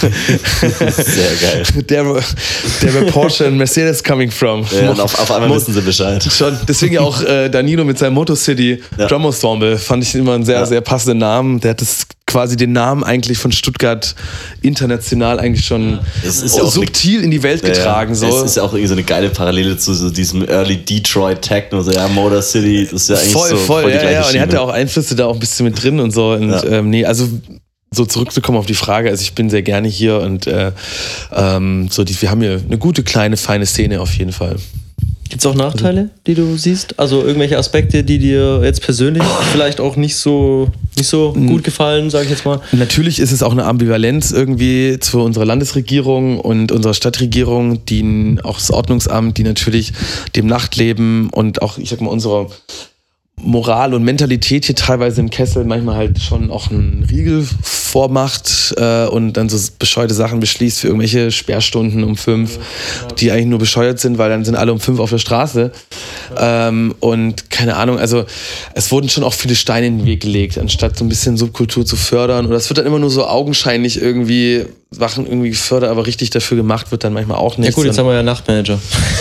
Sehr geil. Der, der where Porsche und Mercedes coming from. Ja, und auf, auf einmal Mo- wissen sie Bescheid. Schon, deswegen ja auch äh, Danilo mit seinem Motor City Ja. Drum Ensemble fand ich immer einen sehr, Ja. sehr passenden Namen. Der hat das quasi den Namen eigentlich von Stuttgart international eigentlich schon Es ist ja auch subtil in die Welt getragen. Ja, So. Es ist ja auch irgendwie so eine geile Parallele zu so diesem Early Detroit Techno, so ja, Motor City, das ist ja eigentlich voll, so voll, voll die ja, gleiche ja. Und er Schiene. hat ja auch Einflüsse da auch ein bisschen mit drin und so. Und Ja. ähm, nee, also so zurückzukommen auf die Frage, also ich bin sehr gerne hier und äh, ähm, so die, wir haben hier eine gute, kleine, feine Szene auf jeden Fall. Gibt es auch Nachteile, die du siehst? Also irgendwelche Aspekte, die dir jetzt persönlich vielleicht auch nicht so, nicht so gut gefallen, sage ich jetzt mal? Natürlich ist es auch eine Ambivalenz irgendwie zu unserer Landesregierung und unserer Stadtregierung, die auch das Ordnungsamt, die natürlich dem Nachtleben und auch, ich sag mal, unserer Moral und Mentalität hier teilweise im Kessel manchmal halt schon auch einen Riegel vormacht äh, und dann so bescheuerte Sachen beschließt für irgendwelche Sperrstunden um fünf, die eigentlich nur bescheuert sind, weil dann sind alle um fünf auf der Straße. Ähm, und keine Ahnung, also es wurden schon auch viele Steine in den Weg gelegt, anstatt so ein bisschen Subkultur zu fördern. Oder es wird dann immer nur so augenscheinlich irgendwie Sachen irgendwie gefördert, aber richtig dafür gemacht wird dann manchmal auch nicht. Ja gut, jetzt haben wir ja Nachtmanager.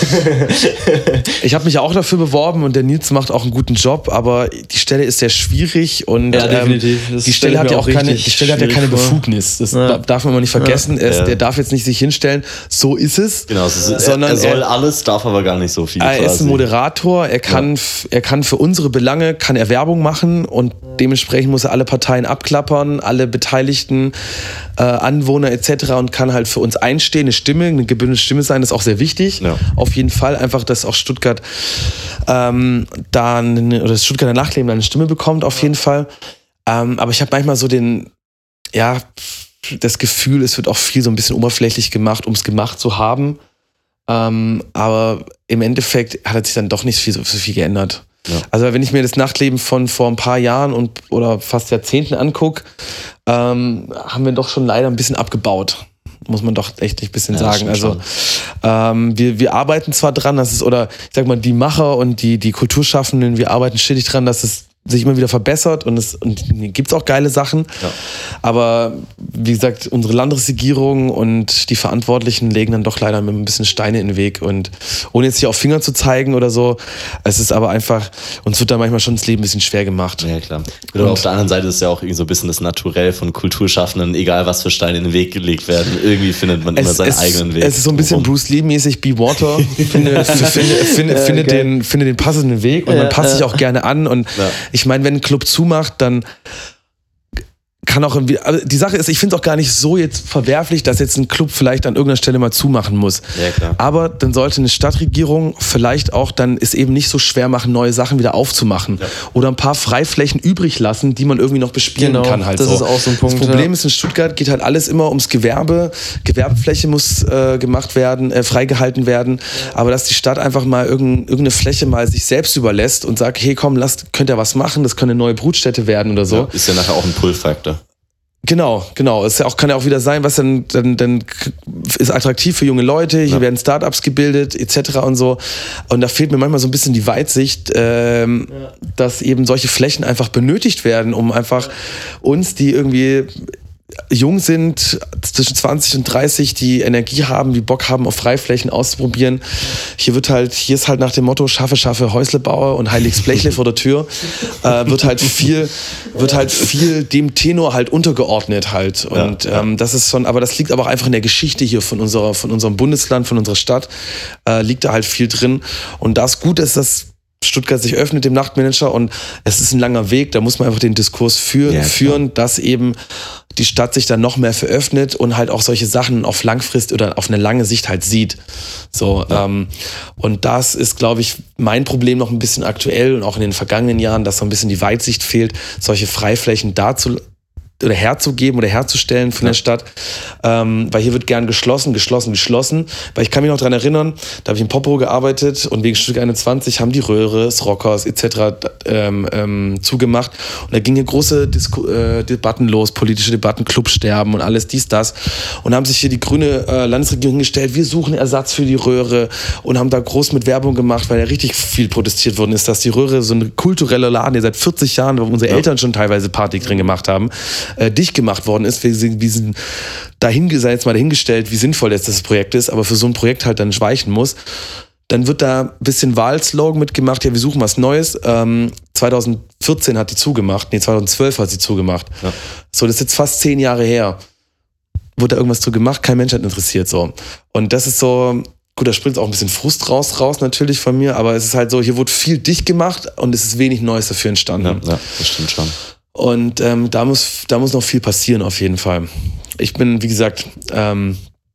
Ich habe mich auch dafür beworben und der Nils macht auch einen guten Job, aber die Stelle ist sehr schwierig und ja, definitiv. Ähm, die Stelle hat ja auch keine, die Stelle hat ja keine Befugnis. Das ja. darf man mal nicht vergessen. Ja. Er, der darf jetzt nicht sich hinstellen, so ist es. Genau, es ist, sondern er, er soll er, alles, darf aber gar nicht so viel. Er quasi. ist ein Moderator, er kann, ja. er kann für unsere Belange, kann er Werbung machen und dementsprechend muss er alle Parteien abklappern, alle Beteiligten, äh, Anwohner et cetera und kann halt für uns einstehen, eine Stimme, eine gebündelte Stimme sein, das ist auch sehr wichtig. Ja. Auf jeden Fall einfach, dass auch Stuttgart ähm, dann, oder das Stuttgarter Nachtleben eine Stimme bekommt, auf jeden Fall. Ähm, aber ich habe manchmal so den, ja, das Gefühl, es wird auch viel so ein bisschen oberflächlich gemacht, um es gemacht zu haben. Ähm, aber im Endeffekt hat sich dann doch nicht viel, so viel geändert. Ja. Also wenn ich mir das Nachtleben von vor ein paar Jahren und oder fast Jahrzehnten angucke, ähm, haben wir doch schon leider ein bisschen abgebaut. Muss man doch echt ein bisschen ja, sagen. Also ähm, wir, wir arbeiten zwar dran, dass es, oder ich sag mal, die Macher und die, die Kulturschaffenden, wir arbeiten stetig dran, dass es sich immer wieder verbessert und es und gibt's auch geile Sachen. Ja. Aber wie gesagt, unsere Landesregierung und die Verantwortlichen legen dann doch leider mit ein bisschen Steine in den Weg. Und ohne jetzt hier auf Finger zu zeigen oder so, es ist aber einfach, uns wird da manchmal schon das Leben ein bisschen schwer gemacht. Ja, klar. Aber auf der anderen Seite ist ja auch irgendwie so ein bisschen das Naturell von Kulturschaffenden, egal was für Steine in den Weg gelegt werden, irgendwie findet man es, immer seinen es, eigenen Weg. Es ist so ein bisschen Warum? Bruce Lee-mäßig, Be Water, finde, finde, finde, finde, ja, den, finde den passenden Weg und ja, man passt ja. sich auch gerne an und ja. Ich meine, wenn ein Club zumacht, dann kann auch irgendwie, also die Sache ist, ich finde es auch gar nicht so jetzt verwerflich, dass jetzt ein Club vielleicht an irgendeiner Stelle mal zumachen muss. Ja, klar. Aber dann sollte eine Stadtregierung vielleicht auch dann es eben nicht so schwer machen, neue Sachen wieder aufzumachen. Ja. Oder ein paar Freiflächen übrig lassen, die man irgendwie noch bespielen genau, kann. Halt das so. ist auch so ein Punkt. Das Problem ja. ist, in Stuttgart geht halt alles immer ums Gewerbe. Gewerbefläche muss äh, gemacht werden, äh, freigehalten werden. Ja. Aber dass die Stadt einfach mal irgendeine, irgendeine Fläche mal sich selbst überlässt und sagt, hey komm, lasst, könnt ihr was machen, das kann eine neue Brutstätte werden oder so. Ja, ist ja nachher auch ein Pull-Faktor. Genau, genau. Es auch, kann ja auch wieder sein, was dann, dann, dann ist attraktiv für junge Leute, hier ja. werden Startups gebildet, et cetera und so. Und da fehlt mir manchmal so ein bisschen die Weitsicht, ähm, ja. dass eben solche Flächen einfach benötigt werden, um einfach uns, die irgendwie jung sind, zwischen zwanzig und dreißig, die Energie haben, die Bock haben, auf Freiflächen auszuprobieren. Hier wird halt, hier ist halt nach dem Motto Schaffe, Schaffe, Häusle baue und heiliges Blechle vor der Tür, äh, wird halt viel, wird halt viel dem Tenor halt untergeordnet halt. Und ja, ähm, das ist schon, aber das liegt aber auch einfach in der Geschichte hier von unserer, von unserem Bundesland, von unserer Stadt, äh, liegt da halt viel drin. Und das gut ist, dass Stuttgart sich öffnet dem Nachtmanager und es ist ein langer Weg, da muss man einfach den Diskurs für, ja, führen, dass eben die Stadt sich dann noch mehr veröffnet und halt auch solche Sachen auf Langfrist oder auf eine lange Sicht halt sieht. So, ja. ähm, und das ist, glaube ich, mein Problem noch ein bisschen aktuell und auch in den vergangenen Jahren, dass so ein bisschen die Weitsicht fehlt, solche Freiflächen dazu oder herzugeben oder herzustellen von ja. der Stadt, ähm, weil hier wird gern geschlossen, geschlossen, geschlossen, weil ich kann mich noch daran erinnern, da habe ich in Poppo gearbeitet und wegen Stuttgart einundzwanzig haben die Röhre, das Rockers et cetera ähm, ähm, zugemacht und da gingen hier große Disku- äh, Debatten los, politische Debatten, Clubsterben und alles dies, das und haben sich hier die grüne äh, Landesregierung hingestellt, wir suchen Ersatz für die Röhre und haben da groß mit Werbung gemacht, weil ja richtig viel protestiert worden ist, dass die Röhre so ein kultureller Laden, der seit vierzig Jahren, wo unsere ja. Eltern schon teilweise Party drin gemacht haben, Äh, dicht gemacht worden ist. Wir sind, wir sind dahin, sei jetzt mal dahingestellt, wie sinnvoll jetzt das Projekt ist, aber für so ein Projekt halt dann weichen muss. Dann wird da ein bisschen Wahlslogan mitgemacht, ja, wir suchen was Neues. Ähm, zwanzig vierzehn hat die zugemacht, nee, zwanzig zwölf hat sie zugemacht. Ja. So, das ist jetzt fast zehn Jahre her. Wurde da irgendwas zu gemacht? Kein Mensch hat interessiert, so. Und das ist so, gut, da springt auch ein bisschen Frust raus, raus natürlich von mir, aber es ist halt so, hier wurde viel dicht gemacht und es ist wenig Neues dafür entstanden. Ja, ja, das stimmt schon. Und ähm, da muss da muss noch viel passieren auf jeden Fall. Ich bin, wie gesagt, ähm,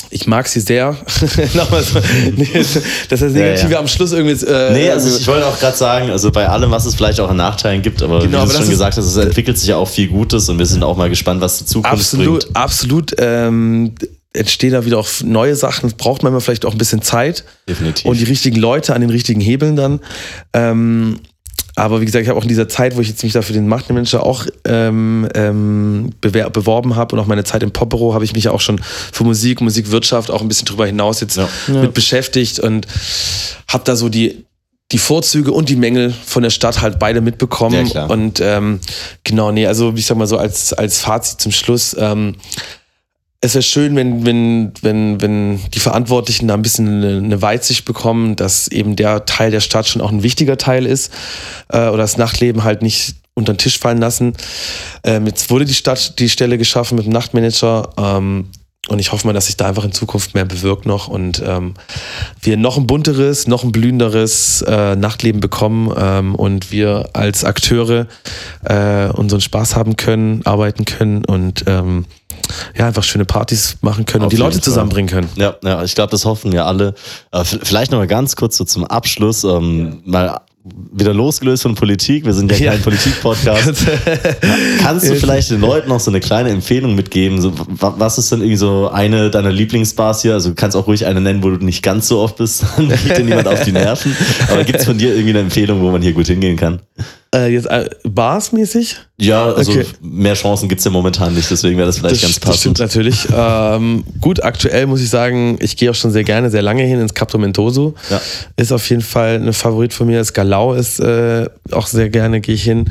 ich mag sie sehr. Nochmal so, nee, das heißt Negative ja, ja. am Schluss irgendwie. Äh, nee, also ich wollte auch gerade sagen, also bei allem, was es vielleicht auch an Nachteilen gibt, aber genau, wie du schon gesagt hast, es entwickelt sich ja auch viel Gutes und wir sind auch mal gespannt, was die Zukunft absolut, bringt. Absolut, ähm, entstehen da wieder auch neue Sachen, braucht manchmal vielleicht auch ein bisschen Zeit. Definitiv. Und die richtigen Leute an den richtigen Hebeln dann. Ähm, Aber wie gesagt, ich habe auch in dieser Zeit, wo ich jetzt mich da für den Machtmanager auch ähm, ähm, bewer- beworben habe und auch meine Zeit im Popbüro, habe ich mich ja auch schon für Musik, Musikwirtschaft auch ein bisschen drüber hinaus jetzt ja. mit Ja. beschäftigt und habe da so die, die Vorzüge und die Mängel von der Stadt halt beide mitbekommen. Ja, klar. Und ähm, genau, nee, also ich sag mal so als, als Fazit zum Schluss, ähm, es wäre schön, wenn, wenn, wenn, wenn die Verantwortlichen da ein bisschen eine, eine Weitsicht bekommen, dass eben der Teil der Stadt schon auch ein wichtiger Teil ist äh, oder das Nachtleben halt nicht unter den Tisch fallen lassen. Ähm, jetzt wurde die Stadt die Stelle geschaffen mit dem Nachtmanager ähm, und ich hoffe mal, dass sich da einfach in Zukunft mehr bewirkt noch und ähm, wir noch ein bunteres, noch ein blühenderes äh, Nachtleben bekommen ähm, und wir als Akteure äh, unseren Spaß haben können, arbeiten können und ähm, ja, einfach schöne Partys machen können Auf und die jeden Leute Fall. zusammenbringen können. Ja, ja, ich glaube, das hoffen wir alle. Äh, vielleicht noch mal ganz kurz so zum Abschluss, ähm, mal wieder losgelöst von Politik. Wir sind ja kein Ja. Politik-Podcast. Kannst du vielleicht den Leuten noch so eine kleine Empfehlung mitgeben? So, wa- was ist denn irgendwie so eine deiner Lieblingsbars hier? Also du kannst auch ruhig eine nennen, wo du nicht ganz so oft bist. Dann geht dir niemand auf die Nerven. Aber gibt es von dir irgendwie eine Empfehlung, wo man hier gut hingehen kann? Äh, jetzt äh, Bars-mäßig? Ja, also Okay. mehr Chancen gibt es ja momentan nicht. Deswegen wäre das vielleicht ganz Das stimmt passend. natürlich. ähm, gut, aktuell muss ich sagen, ich gehe auch schon sehr gerne, sehr lange hin ins Cap Tormentoso. Ja. Ist auf jeden Fall ein Favorit von mir. Das Galau ist äh, auch sehr gerne, gehe ich hin.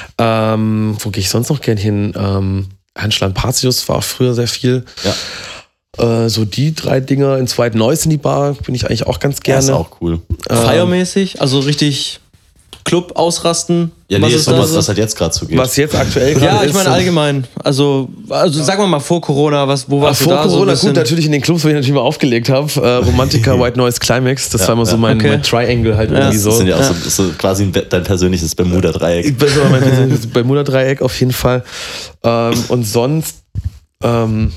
Ähm, wo gehe ich sonst noch gerne hin? Ähm, Hanschland Partius war auch früher sehr viel. Ja. Äh, so die drei Dinger. In Zweit Neuss in die Bar bin ich eigentlich auch ganz Ja, gerne. ist auch cool. Ähm, Feiermäßig, also richtig Club ausrasten. Ja, was nee, ist ist doch da was, so? was halt jetzt gerade so geht. Was jetzt aktuell gerade Ja, ich ist, meine so- allgemein. Also, also sagen wir mal vor Corona, was, wo Ah, warst du vor da Corona, so ein bisschen? gut, natürlich in den Clubs, wo ich natürlich mal aufgelegt habe. Äh, Romantica, White Noise, Climax, das Ja, war immer so ja. mein, Okay. mein Triangle halt Ja. irgendwie Das so. sind ja auch Ja. So, so quasi ein Be- dein persönliches Bermuda-Dreieck. Ich bin so mein persönliches Bermuda-Dreieck auf jeden Fall. Ähm, und sonst, ähm,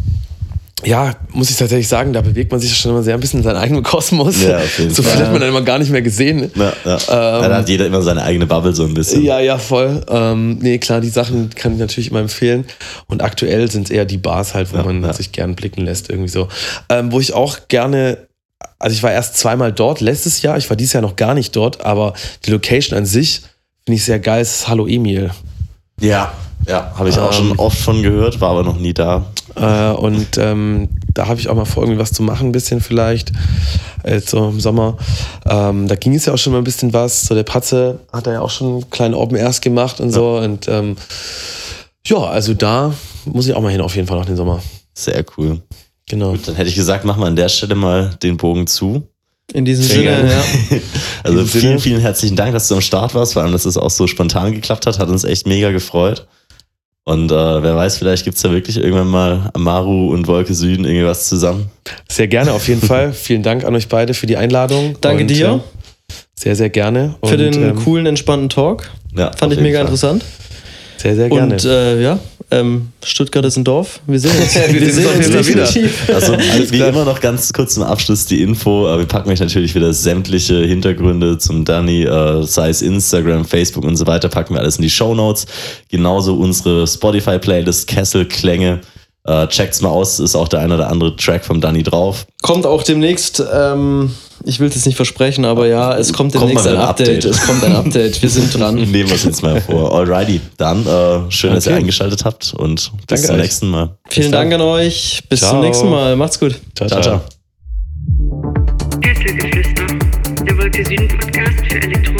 ja, muss ich tatsächlich sagen, da bewegt man sich schon immer sehr ein bisschen in seinem eigenen Kosmos. Ja, auf jeden so viel Fall. hat man dann immer gar nicht mehr gesehen. Ja, ja. ja, da hat jeder immer seine eigene Bubble so ein bisschen. Ja, ja, voll. Ähm, nee, klar, die Sachen kann ich natürlich immer empfehlen. Und aktuell sind es eher die Bars halt, wo Ja, man ja. sich gern blicken lässt, irgendwie so. Ähm, wo ich auch gerne, also ich war erst zweimal dort letztes Jahr, ich war dieses Jahr noch gar nicht dort, aber die Location an sich finde ich sehr geil, es ist Hallo Emil. Ja, ja, habe ich auch Ähm. schon oft von gehört, war aber noch nie da. Äh, und ähm, da habe ich auch mal vor, irgendwie was zu machen, ein bisschen vielleicht, äh, so im Sommer. Ähm, da ging es ja auch schon mal ein bisschen was. So der Patze hat da ja auch schon einen kleinen Open Airs gemacht und so. Und ähm, ja, also da muss ich auch mal hin, auf jeden Fall nach dem Sommer. Sehr cool. Genau. Gut, dann hätte ich gesagt, machen wir an der Stelle mal den Bogen zu. In diesem Sehr Sinne, gerne. ja. Also In diesem vielen, Sinne. vielen herzlichen Dank, dass du am Start warst, vor allem, dass es auch so spontan geklappt hat, hat uns echt mega gefreut. Und äh, wer weiß, vielleicht gibt es da wirklich irgendwann mal Amaru und Wolke Süden irgendwas zusammen. Sehr gerne, auf jeden Fall. Vielen Dank an euch beide für die Einladung. Danke und, dir. ähm, sehr, sehr gerne. Für und, den ähm, coolen, entspannten Talk. Ja, Fand auf ich jeden mega Fall. interessant. Sehr, sehr gerne. Und äh, ja, ähm, Stuttgart ist ein Dorf. Wir sehen uns. Wir sehen uns auf jeden Fall wieder. definitiv. Also Alles wie klar. immer noch ganz kurz zum Abschluss die Info. Äh, Wir packen euch natürlich wieder sämtliche Hintergründe zum Danny, äh, sei es Instagram, Facebook und so weiter, packen wir alles in die Shownotes. Genauso unsere Spotify-Playlist Kesselklänge. Äh, checkt's mal aus, ist auch der ein oder andere Track vom Danny drauf. Kommt auch demnächst, ähm, ich will es jetzt nicht versprechen, aber ja, es kommt Kommt demnächst mal ein ein Update. Update. Es kommt ein Update. Wir sind dran. Nehmen wir es jetzt mal vor. Alrighty, dann äh, schön, dass ihr Okay. eingeschaltet habt und bis Danke zum euch. nächsten Mal. Vielen Dank an euch. Bis Ciao. zum nächsten Mal. Macht's gut. ciao, Ciao, ciao. Kesselgeflüster, der Wolke Süden Podcast für Elektronik.